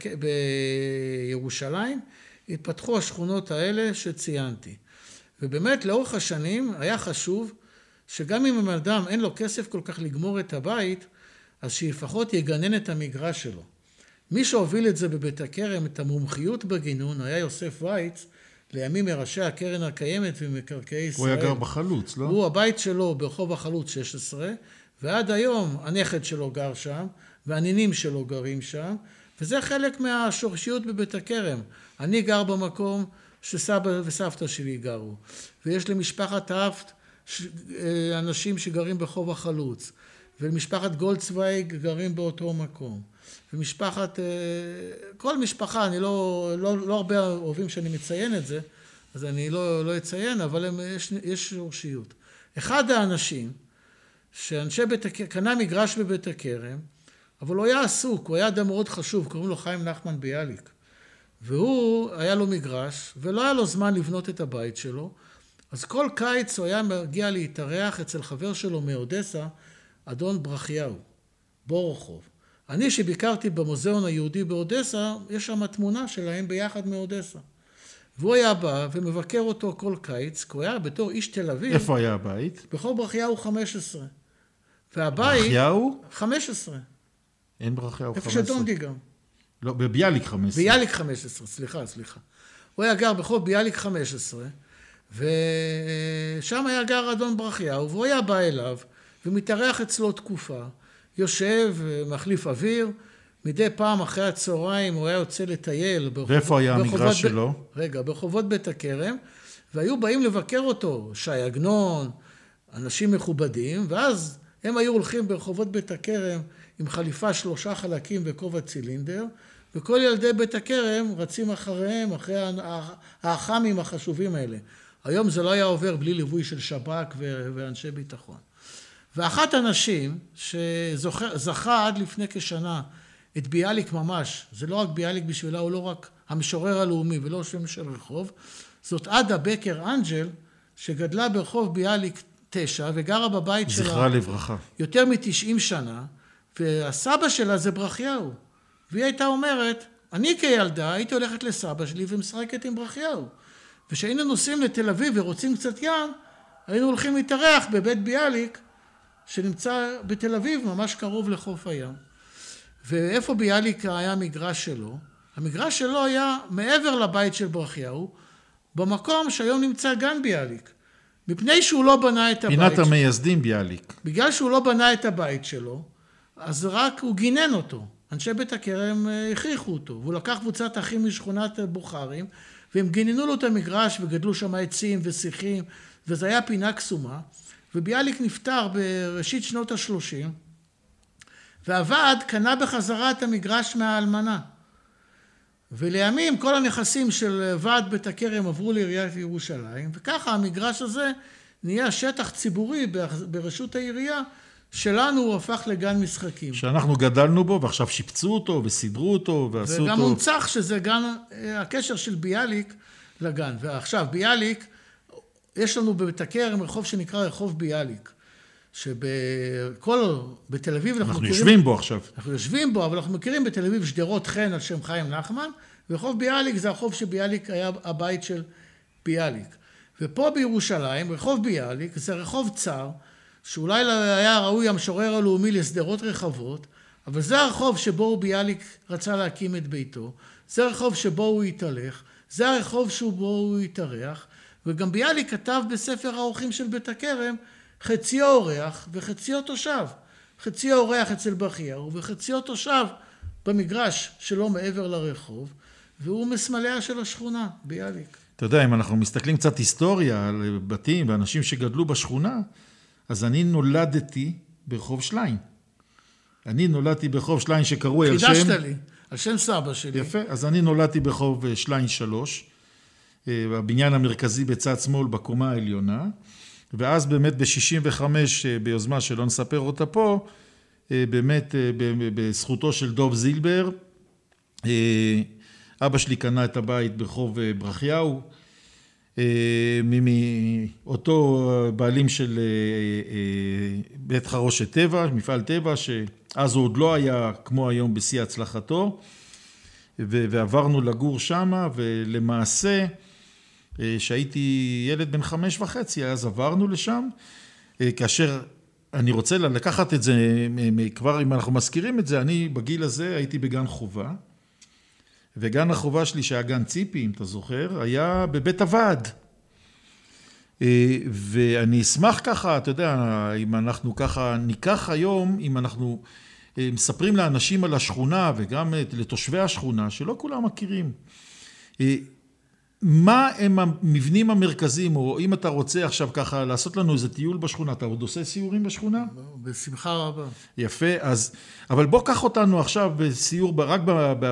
בירושלים התפתחו השכונות האלה שציינתי. ובאמת לאורך השנים היה חשוב שגם אם האדם אין לו כסף כל כך לגמור את הבית, אז שלפחות יגנן את המגרש שלו. מי שהוביל את זה בבית הכרם, את המומחיות בגינון, היה יוסף וייץ, לימים מראשי הקרן הקיימת ומקרקעי ישראל. הוא היה גר בחלוץ, לא? הוא הבית שלו ברחוב החלוץ 16, ועד היום הנכד שלו גר שם, והנינים שלו גרים שם, וזה חלק מהשורשיות בבית הכרם. אני גר במקום שסבא וסבתא שלי גרו, ויש למשפחת האפט אנשים שגרים ברחוב החלוץ, ולמשפחת גולדצוויג גרים באותו מקום. ומשפחת, כל משפחה, אני לא הרבה אוהבים שאני מציין את זה, אז אני לא אציין, אבל יש שורשיות. אחד האנשים, שאנשי בית הכרם, קנה מגרש בבית הכרם, אבל הוא היה עסוק, הוא היה אדם מאוד חשוב, קוראים לו חיים נחמן ביאליק. והוא, היה לו מגרש, ולא היה לו זמן לבנות את הבית שלו, אז כל קיץ הוא היה מגיע להתארח אצל חבר שלו מאודסה, אדון ברכיהו, בורוכוב. אני שביקרתי במוזיאון היהודי באודסה, יש שם תמונה שלהם ביחד מאודסה. והוא היה בא ומבקר אותו כל קיץ, כי הוא היה בתור איש תל אביב. איפה היה הבית? ברחוב ברכיהו 15. והבית... ברכיהו? 15. אין ברכיהו 15. איפה שדונדי גם. לא, בביאליק 15. ביאליק 15, סליחה. הוא היה גר ברחוב ביאליק 15, ושם היה גר אדון ברכיהו, והוא היה בא אליו, ומתארח אצלו תקופה, יושב, מחליף אוויר, מדי פעם אחרי הצהריים הוא היה יוצא לטייל. ואיפה היה המגרש שלו? ברחובות בית הכרם, והיו באים לבקר אותו, שי עגנון, אנשים מכובדים, ואז הם היו הולכים ברחובות בית הכרם עם חליפה 3 חלקים וכובע צילינדר, וכל ילדי בית הכרם רצים אחריהם, אחרי האח"מים החשובים האלה. היום זה לא היה עובר בלי ליווי של שב"כ ואנשי ביטחון. ואחת הנשים שזכה עד לפני כשנה את ביאליק ממש, זה לא רק ביאליק בשבילה, הוא לא רק המשורר הלאומי ולא שם של רחוב, זאת עדה בקר אנג'ל, שגדלה ברחוב ביאליק 9 וגרה בבית שלה. זכרה לברכה. יותר מ-90 שנה, והסבא שלה זה ברכיהו. והיא הייתה אומרת, אני כילדה הייתי הולכת לסבא שלי ומשחקת עם ברכיהו. וכשהיינו נוסעים לתל אביב ורוצים קצת ים, היינו הולכים להתארח בבית ביאליק, שנמצא בתל אביב, ממש קרוב לחוף הים. ואיפה ביאליק היה המגרש שלו? המגרש שלו היה מעבר לבית של ברכיהו, במקום שהיום נמצא גן ביאליק. מפני שהוא לא בנה את הבית. פינת המייסדים ביאליק. בגלל שהוא לא בנה את הבית שלו, אז רק הוא גינן אותו. אנשי בית הכרם הכריחו אותו, והוא לקח קבוצת אחים משכונת בוכרים, והם גיננו לו את המגרש וגדלו שם עצים ושיחים, וזה היה פינה קסומה, וביאליק נפטר בראשית שנות ה-30, והוועד קנה בחזרה את המגרש מהאלמנה. ולימים כל הנכסים של ועד בית הכרם עברו לעיריית ירושלים, וככה המגרש הזה נהיה שטח ציבורי ברשות העירייה, שלנו הוא הפך לגן משחקים. שאנחנו גדלנו בו, ועכשיו שיפצו אותו וסידרו אותו ועשו אותו. וגם הונצח שזה גן, הקשר של ביאליק לגן. ועכשיו ביאליק, יש לנו בבית הכרם רחוב שנקרא רחוב ביאליק, בתל אביב אנחנו יושבים בו עכשיו. אנחנו יושבים בו, אבל אנחנו מכירים בתל אביב שדרות חן על שם חיים נחמן, ורחוב ביאליק זה הרחוב שביאליק היה הבית של ביאליק. ופה בירושלים, רחוב ביאליק, זה רחוב צר, שאולי היה ראוי המשורר הלאומי לשדרות רחבות, אבל זה הרחוב שבו ביאליק רצה להקים את ביתו, זה הרחוב שבו הוא התהלך, זה הרחוב שבו הוא התארח, וגם ביאליק כתב בספר האורחים של בית הכרם, חציו אורח וחציו תושב. חציו אורח אצל ברכיהו וחציו תושב במגרש שלו מעבר לרחוב, והוא מסמליה של השכונה, ביאליק. אתה יודע, אם אנחנו מסתכלים קצת היסטוריה על בתים ואנשים שגדלו בשכונה, אז אני נולדתי ברחוב שליין. אני נולדתי ברחוב שליין שקראו על שם... חידשת לי, על שם סבא שלי. יפה, אז אני נולדתי ברחוב שליין 3, בבניין המרכזי בצד שמאל בקומה העליונה, ואז באמת ב-65, ביוזמה שלא נספר אותה פה, באמת בזכותו של דוב זילבר, אבא שלי קנה את הבית ברחוב ברכיהו, מאותו בעלים של בית חרושת טבע, מפעל טבע, שאז הוא עוד לא היה כמו היום בשיא הצלחתו, ועברנו לגור שמה, ולמעשה, שהייתי ילד בן 5.5, אז עברנו לשם, כאשר אני רוצה לקחת את זה, כבר אם אנחנו מזכירים את זה, אני בגיל הזה הייתי בגן חובה, וגן החובה שלי שהיה גן ציפי, אם אתה זוכר, היה בבית הוועד. ואני אשמח ככה, אתה יודע, אם אנחנו ככה ניקח היום, אם אנחנו מספרים לאנשים על השכונה וגם לתושבי השכונה, שלא כולם מכירים. מה הם המבנים המרכזיים, או אם אתה רוצה עכשיו ככה לעשות לנו איזה טיול בשכונה, אתה עוד עושה סיורים בשכונה? בשמחה רבה. יפה, אז, אבל בוא קח אותנו עכשיו בסיור, רק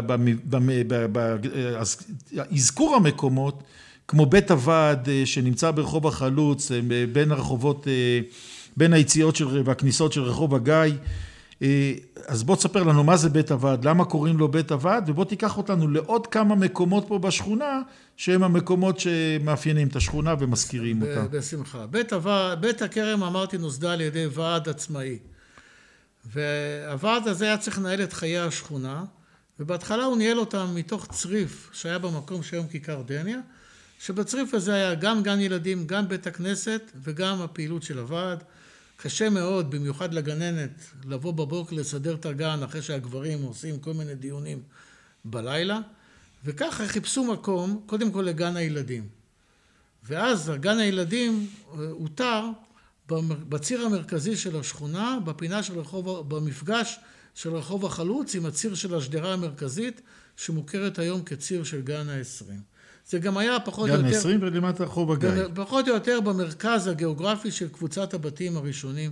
בהזכור המקומות, כמו בית הוועד שנמצא ברחוב החלוץ, בין הרחובות, בין היציאות והכניסות של רחוב הגיא, אז בוא תספר לנו מה זה בית הוועד, למה קוראים לו בית הוועד, ובוא תיקח אותנו לעוד כמה מקומות פה בשכונה, שהם המקומות שמאפיינים את השכונה ומזכירים אותה. בשמחה. בית הכרם, אמרתי, נוסדה על ידי ועד עצמאי. והוועד הזה היה צריך לנהל את חיי השכונה, ובהתחלה הוא ניהל אותם מתוך צריף שהיה במקום שהיום כיכר דניה, שבצריף הזה היה גם גן ילדים, גם בית הכנסת וגם הפעילות של הוועד. קשה מאוד, במיוחד לגננת, לבוא בבוקר לסדר את הגן אחרי שהגברים עושים כל מיני דיונים בלילה, וככה חיפשו מקום, קודם כל לגן הילדים. ואז הגן הילדים הותר בציר המרכזי של השכונה, בפינה של במפגש של רחוב החלוץ עם הציר של השדרה המרכזית, שמוכרת היום כציר של גן ה-20. זה גם היה פחות או יותר... גן ה-20 ולמטה רחוב הגיא. פחות או יותר במרכז הגיאוגרפי של קבוצת הבתים הראשונים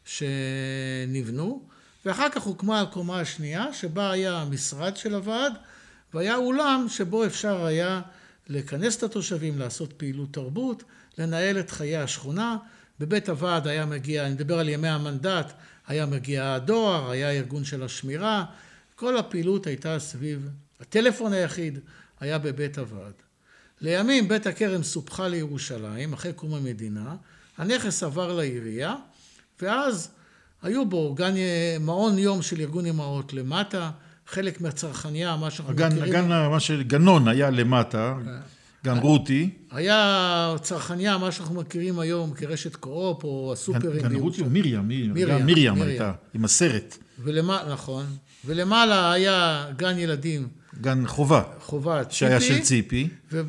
שנבנו, ואחר כך הוקמה הקומה השנייה, שבה היה המשרד של הוועד, והיה אולם שבו אפשר היה לכנס את התושבים, לעשות פעילות תרבות, לנהל את חיי השכונה. בבית הוועד היה מגיע, אני מדבר על ימי המנדט, היה מגיע הדואר, היה ארגון של השמירה, כל הפעילות הייתה סביב, הטלפון היחיד היה בבית הוועד. לימים בית הכרם סופחה לירושלים, אחרי קום המדינה, הנכס עבר לעירייה, ואז היו בו מעון יום של ארגון אמהות למטה, חלק מהצרכניה, מה שאנחנו מכירים... גנון היה למטה, גן רותי. היה צרכניה, מה שאנחנו מכירים היום כרשת קו-אופ או הסופרים. גן רותי או מרים הייתה, עם הסרט. נכון. ולמעלה היה גן ילדים. גן חובה. שהיה של ציפי.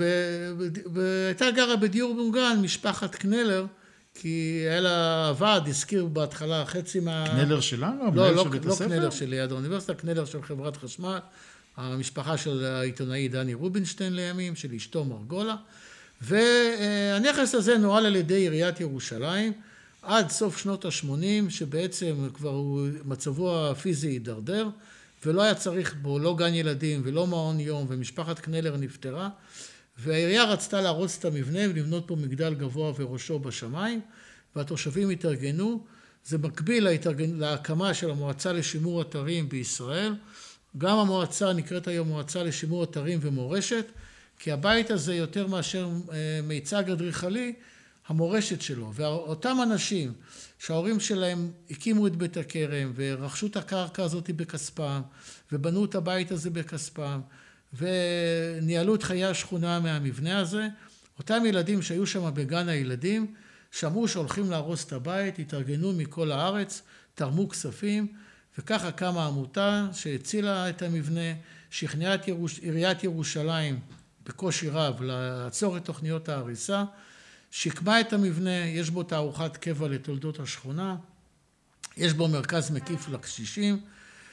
והייתה גרה בדיור מוגן, משפחת קנלר, כי היה לה ועד, הזכיר בהתחלה חצי קנלר שלנו? לא קנלר שלי, ליד האוניברסיטה, קנלר של חברת חשמל, המשפחה של העיתונאי דני רובינשטיין לימים, של אשתו מרגולה, והנכס הזה נוהל על ידי עיריית ירושלים, עד סוף שנות ה-80, שבעצם כבר מצבו הפיזי הידרדר, ולא היה צריך בו לא גן ילדים ולא מעון יום, ומשפחת קנלר נפטרה, והעירייה רצתה להרוס את המבנה ולבנות פה מגדל גבוה וראשו בשמיים, והתושבים התארגנו. זה מקביל להקמה של המועצה לשימור אתרים בישראל. גם המועצה נקראת היום מועצה לשימור אתרים ומורשת, כי הבית הזה יותר מאשר מיצג אדריכלי, המורשת שלו. ואותם אנשים שההורים שלהם הקימו את בית הכרם ורכשו את הקרקע הזאת בכספם, ובנו את הבית הזה בכספם, וניהלו את חיי השכונה מהמבנה הזה, אותם ילדים שהיו שם בגן הילדים, שמעו שהולכים להרוס את הבית, התארגנו מכל הארץ, תרמו כספים, וככה קמה עמותה שהצילה את המבנה, שכנעה את עיריית ירושלים בקושי רב לעצור את תוכניות ההריסה, שיקמה את המבנה, יש בו תערוכת קבע לתולדות השכונה, יש בו מרכז מקיף לקשישים,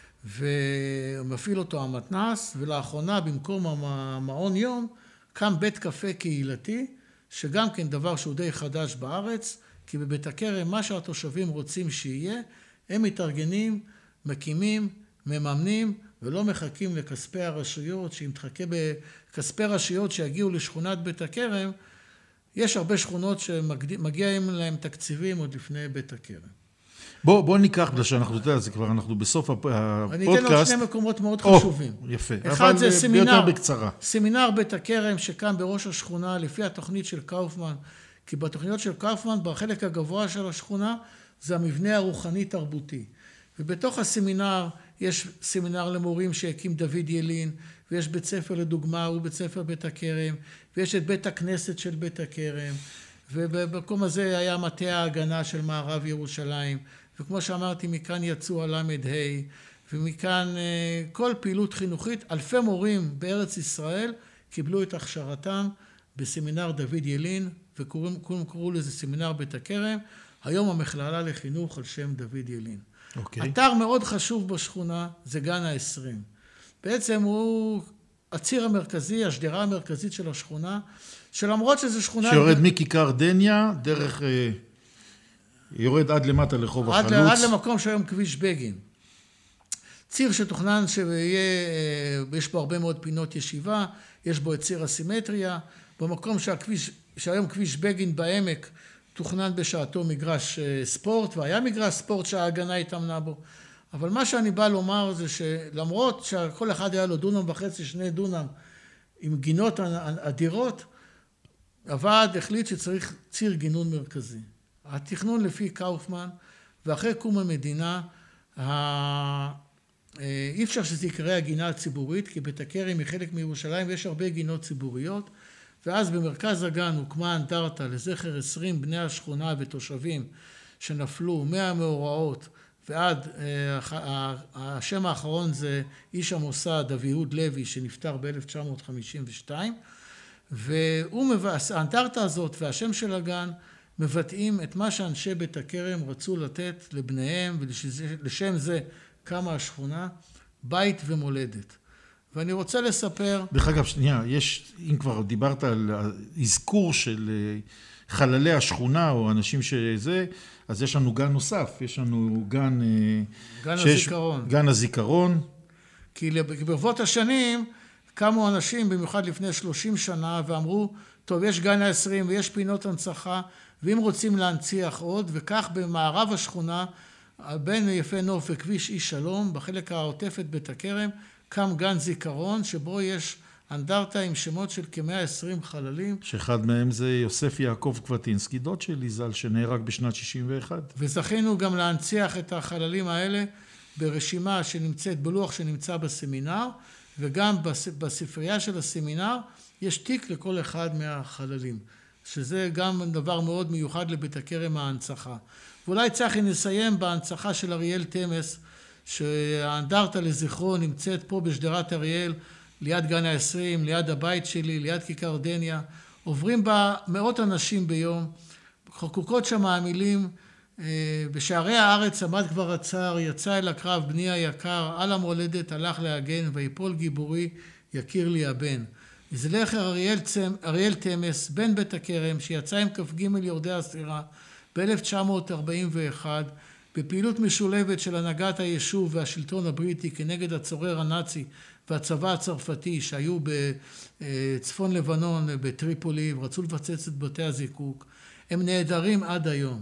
ומפעיל אותו המתנ"ס, ולאחרונה במקום המעון יום קם בית קפה קהילתי, שגם כן דבר שהוא די חדש בארץ, כי בבית הכרם מה שהתושבים רוצים שיהיה, הם מתארגנים, מקימים, מממנים, ולא מחכים לכספי הרשויות, שאם תחכה בכספי רשויות שיגיעו לשכונת בית הכרם, יש הרבה שכונות שמגיעים להם תקציבים עוד לפני בית הכרם. בוא ניקח, בגלל שאנחנו, אתה יודע, זה כבר אנחנו בסוף הפודקאסט. אני אתן לו שני מקומות מאוד חשובים. יפה, אחד זה ביותר בקצרה. סמינר בית הכרם שקם בראש השכונה לפי התוכנית של קאופמן, כי בתוכניות של קאופמן, בחלק הגבוה של השכונה, זה המבנה הרוחני תרבותי. ובתוך הסמינר יש סמינר למורים שהקים דוד ילין, ויש בית ספר לדוגמה, הוא בית ספר בית הכרם, ויש את בית הכנסת של בית הכרם, ובמקום הזה היה מטה ההגנה של מערב ירושלים, וכמו שאמרתי, מכאן יצאו הלמד ה', ומכאן כל פעילות חינוכית, אלפי מורים בארץ ישראל קיבלו את הכשרתם בסמינר דוד ילין, וכולם קראו לזה סמינר בית הכרם, היום המכללה לחינוך על שם דוד ילין. אתר מאוד חשוב בשכונה זה גן ה-20. בעצם הוא הציר המרכזי, השדרה המרכזית של השכונה, שלמרות שזה שכונה... שיורד מכיכר דניה, דרך... יורד עד למטה לחוב החלוץ. עד למקום שהיום כביש בגין. ציר שתוכנן יש בו הרבה מאוד פינות ישיבה, יש בו את ציר הסימטריה, במקום שהיום כביש בגין בעמק, תוכנן בשעתו מגרש ספורט, והיה מגרש ספורט שההגנה התאמנה בו. אבל מה שאני בא לומר זה שלמרות שכל אחד היה לו דונם וחצי, 2 דונם, עם גינות אדירות, הוועד החליט שצריך ציר גינון מרכזי. התכנון לפי קאופמן, ואחרי קום המדינה, אי אפשר שזה יקרה הגינה הציבורית, כי בית הכרם היא חלק מירושלים, ויש הרבה גינות ציבוריות, ואז במרכז הגן הוקמה אנדרטה לזכר 20 בני השכונה ותושבים שנפלו מהמאורעות, ועד השם האחרון זה איש המוסד אביהוד לוי שנפטר ב-1952, והאנדרטה הזאת והשם של הגן מבטאים את מה שאנשי בית הכרם רצו לתת לבניהם, ולשם זה קמה השכונה, בית ומולדת. ואני רוצה לספר... דרך אגב, שנייה, אם כבר דיברת על האזכור של חללי השכונה או אנשים שזה, אז יש לנו גן נוסף, יש לנו גן... גן הזיכרון. גן הזיכרון. כי ברבות השנים קמו אנשים, במיוחד לפני 30 שנה, ואמרו, טוב, יש גן ה-20 ויש פינות הנצחה, ואם רוצים להנציח עוד, וכך במערב השכונה, בין יפה נוף וכביש איש שלום, בחלק העוטף את בית הכרם, קם גן זיכרון, שבו יש אנדרטה עם שמות של כ-120 חללים. שאחד מהם זה יוסף יעקב קבטינסקי, דוד שלי ז"ל, שנהרג בשנת 61. וזכינו גם להנציח את החללים האלה ברשימה שנמצאת, בלוח שנמצא בסמינר, וגם בספרייה של הסמינר יש תיק לכל אחד מהחללים, שזה גם דבר מאוד מיוחד לבית הכרם ההנצחה. ואולי צחי נסיים בהנצחה של אריאל תמס, שהאנדרטה לזכרו נמצאת פה בשדרת אריאל, ליד גן ה-20, ליד הבית שלי, ליד כיכר דניה. עוברים בה מאות אנשים ביום, חקוקות שם המילים, בשערי הארץ עמד כבר הצער, יצא אל הקרב בני היקר, על המולדת הלך להגן, ויפול גיבורי, יכיר לי הבן. זכר אריאל תמס, בן בית הכרם, שיצא עם כ"ג יורדי הסירה ב-1941, בפעילות משולבת של הנהגת היישוב והשלטון הבריטי כנגד הצורר הנאצי והצבא הצרפתי שהיו בצפון לבנון, בטריפולי, ורצו לפוצץ את בתי הזיקוק. הם נהדרים עד היום.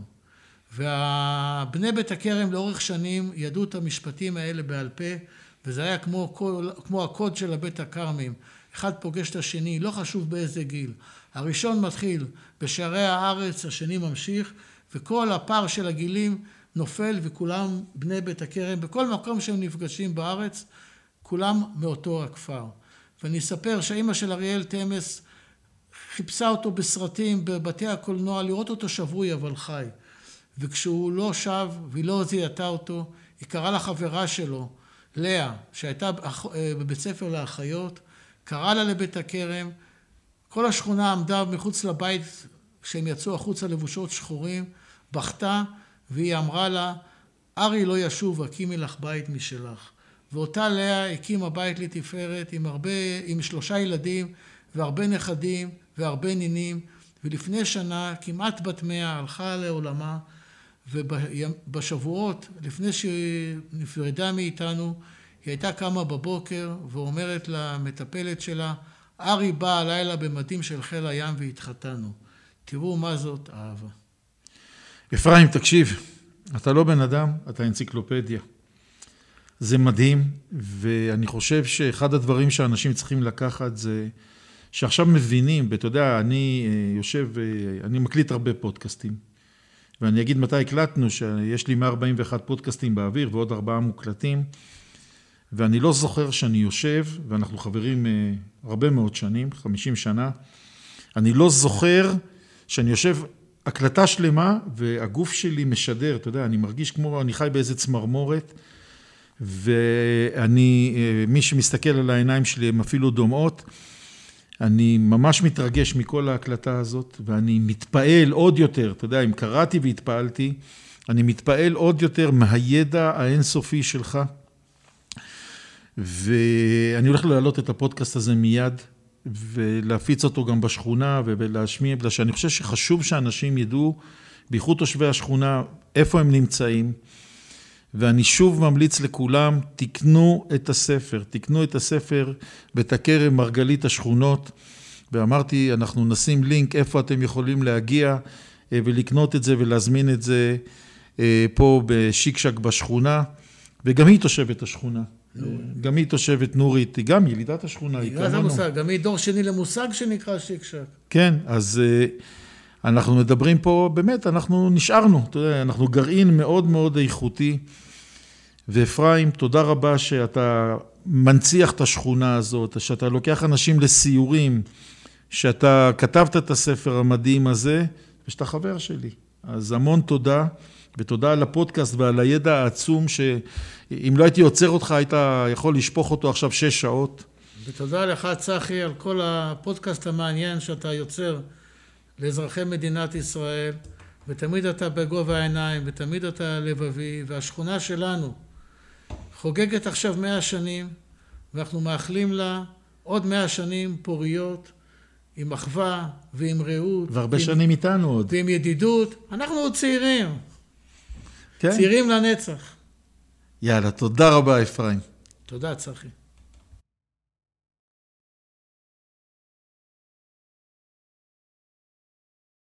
ובני בית הכרם לאורך שנים ידעו את המשפטים האלה בעל פה, וזה היה כמו הקוד של הבית הכרמים. אחד פוגש את השני, לא חשוב באיזה גיל. הראשון מתחיל בשערי הארץ, השני ממשיך, וכל הפער של הגילים נופל, וכולם בני בית הכרם, בכל מקום שהם נפגשים בארץ, כולם מאותו הכפר. ואני אספר שהאמא של אריאל תמס חיפשה אותו בסרטים, בבתי הקולנוע, לראות אותו שבוי אבל חי. וכשהוא לא שב והיא לא זיהתה אותו, היא קראה לחברה שלו, לאה, שהייתה בבית ספר לאחיות, קראה לה לבית הכרם, כל השכונה עמדה מחוץ לבית, כשהם יצאו החוצה לבושות שחורים, בכתה, והיא אמרה לה, ארי לא ישוב, הקימי לך בית משלך. ואותה לאה הקימה בית לתפארת עם 3 ילדים והרבה נכדים והרבה נינים, ולפני שנה, כמעט בת 100, הלכה לעולמה, ובשבועות, לפני שהיא נפרדה מאיתנו, היא הייתה קמה בבוקר ואומרת למטפלת שלה, ארי בא הלילה במדים של חיל הים והתחתנו. תראו מה זאת אהבה. אפרים, תקשיב, אתה לא בן אדם, אתה אנציקלופדיה. זה מדהים, ואני חושב שאחד הדברים שאנשים צריכים לקחת זה שעכשיו מבינים, ואתה יודע, אני מקליט הרבה פודקאסטים, ואני אגיד מתי הקלטנו, שיש לי 141 פודקאסטים באוויר ועוד 4 מוקלטים, ואני לא זוכר שאני יושב, ואנחנו חברים הרבה מאוד שנים, 50 שנה, אני לא זוכר שאני יושב הקלטה שלמה, והגוף שלי משדר, אתה יודע, אני מרגיש כמו, אני חי באיזה צמרמורת, מי שמסתכל על העיניים שלי, הם אפילו דומעות, אני ממש מתרגש מכל ההקלטה הזאת, ואני מתפעל עוד יותר, אתה יודע, אם קראתי והתפעלתי, אני מתפעל עוד יותר מהידע האינסופי שלך, ואני הולך להעלות את הפודקאסט הזה מיד, ולהפיץ אותו גם בשכונה, ולהשמיע, בגלל שאני חושב שחשוב שאנשים ידעו, בייחוד תושבי השכונה, איפה הם נמצאים, ואני שוב ממליץ לכולם, תקנו את הספר בית הכרם מרגלית השכונות, ואמרתי, אנחנו נשים לינק איפה אתם יכולים להגיע, ולקנות את זה ולהזמין את זה פה בשיקשק בשכונה, וגם היא תושבת השכונה. גם היא תושבת נורית, היא גם ילידת השכונה. גם היא דור שני למושג שנקרא שיקשק. כן, אז אנחנו מדברים פה, באמת, אנחנו נשארנו, אתה יודע, אנחנו גרעין מאוד מאוד איכותי, ואפרים, תודה רבה שאתה מנציח את השכונה הזאת, שאתה לוקח אנשים לסיורים, שאתה כתבת את הספר המדהים הזה, ושאתה חבר שלי. אז המון תודה, ותודה על הפודקאסט ועל הידע העצום, שאם לא הייתי עוצר אותך, היית יכול לשפוך אותו עכשיו 6 שעות. ותודה לך, צחי, על כל הפודקאסט המעניין שאתה יוצר לאזרחי מדינת ישראל, ותמיד אתה בגובה העיניים, ותמיד אתה לבבי, והשכונה שלנו חוגגת עכשיו 100 שנים, ואנחנו מאחלים לה עוד 100 שנים פוריות, עם אחווה ועם רעות. והרבה שנים איתנו עוד. ועם ידידות. אנחנו עוד צעירים. כן? צעירים לנצח. יאללה, תודה רבה אפרים. תודה, צחי.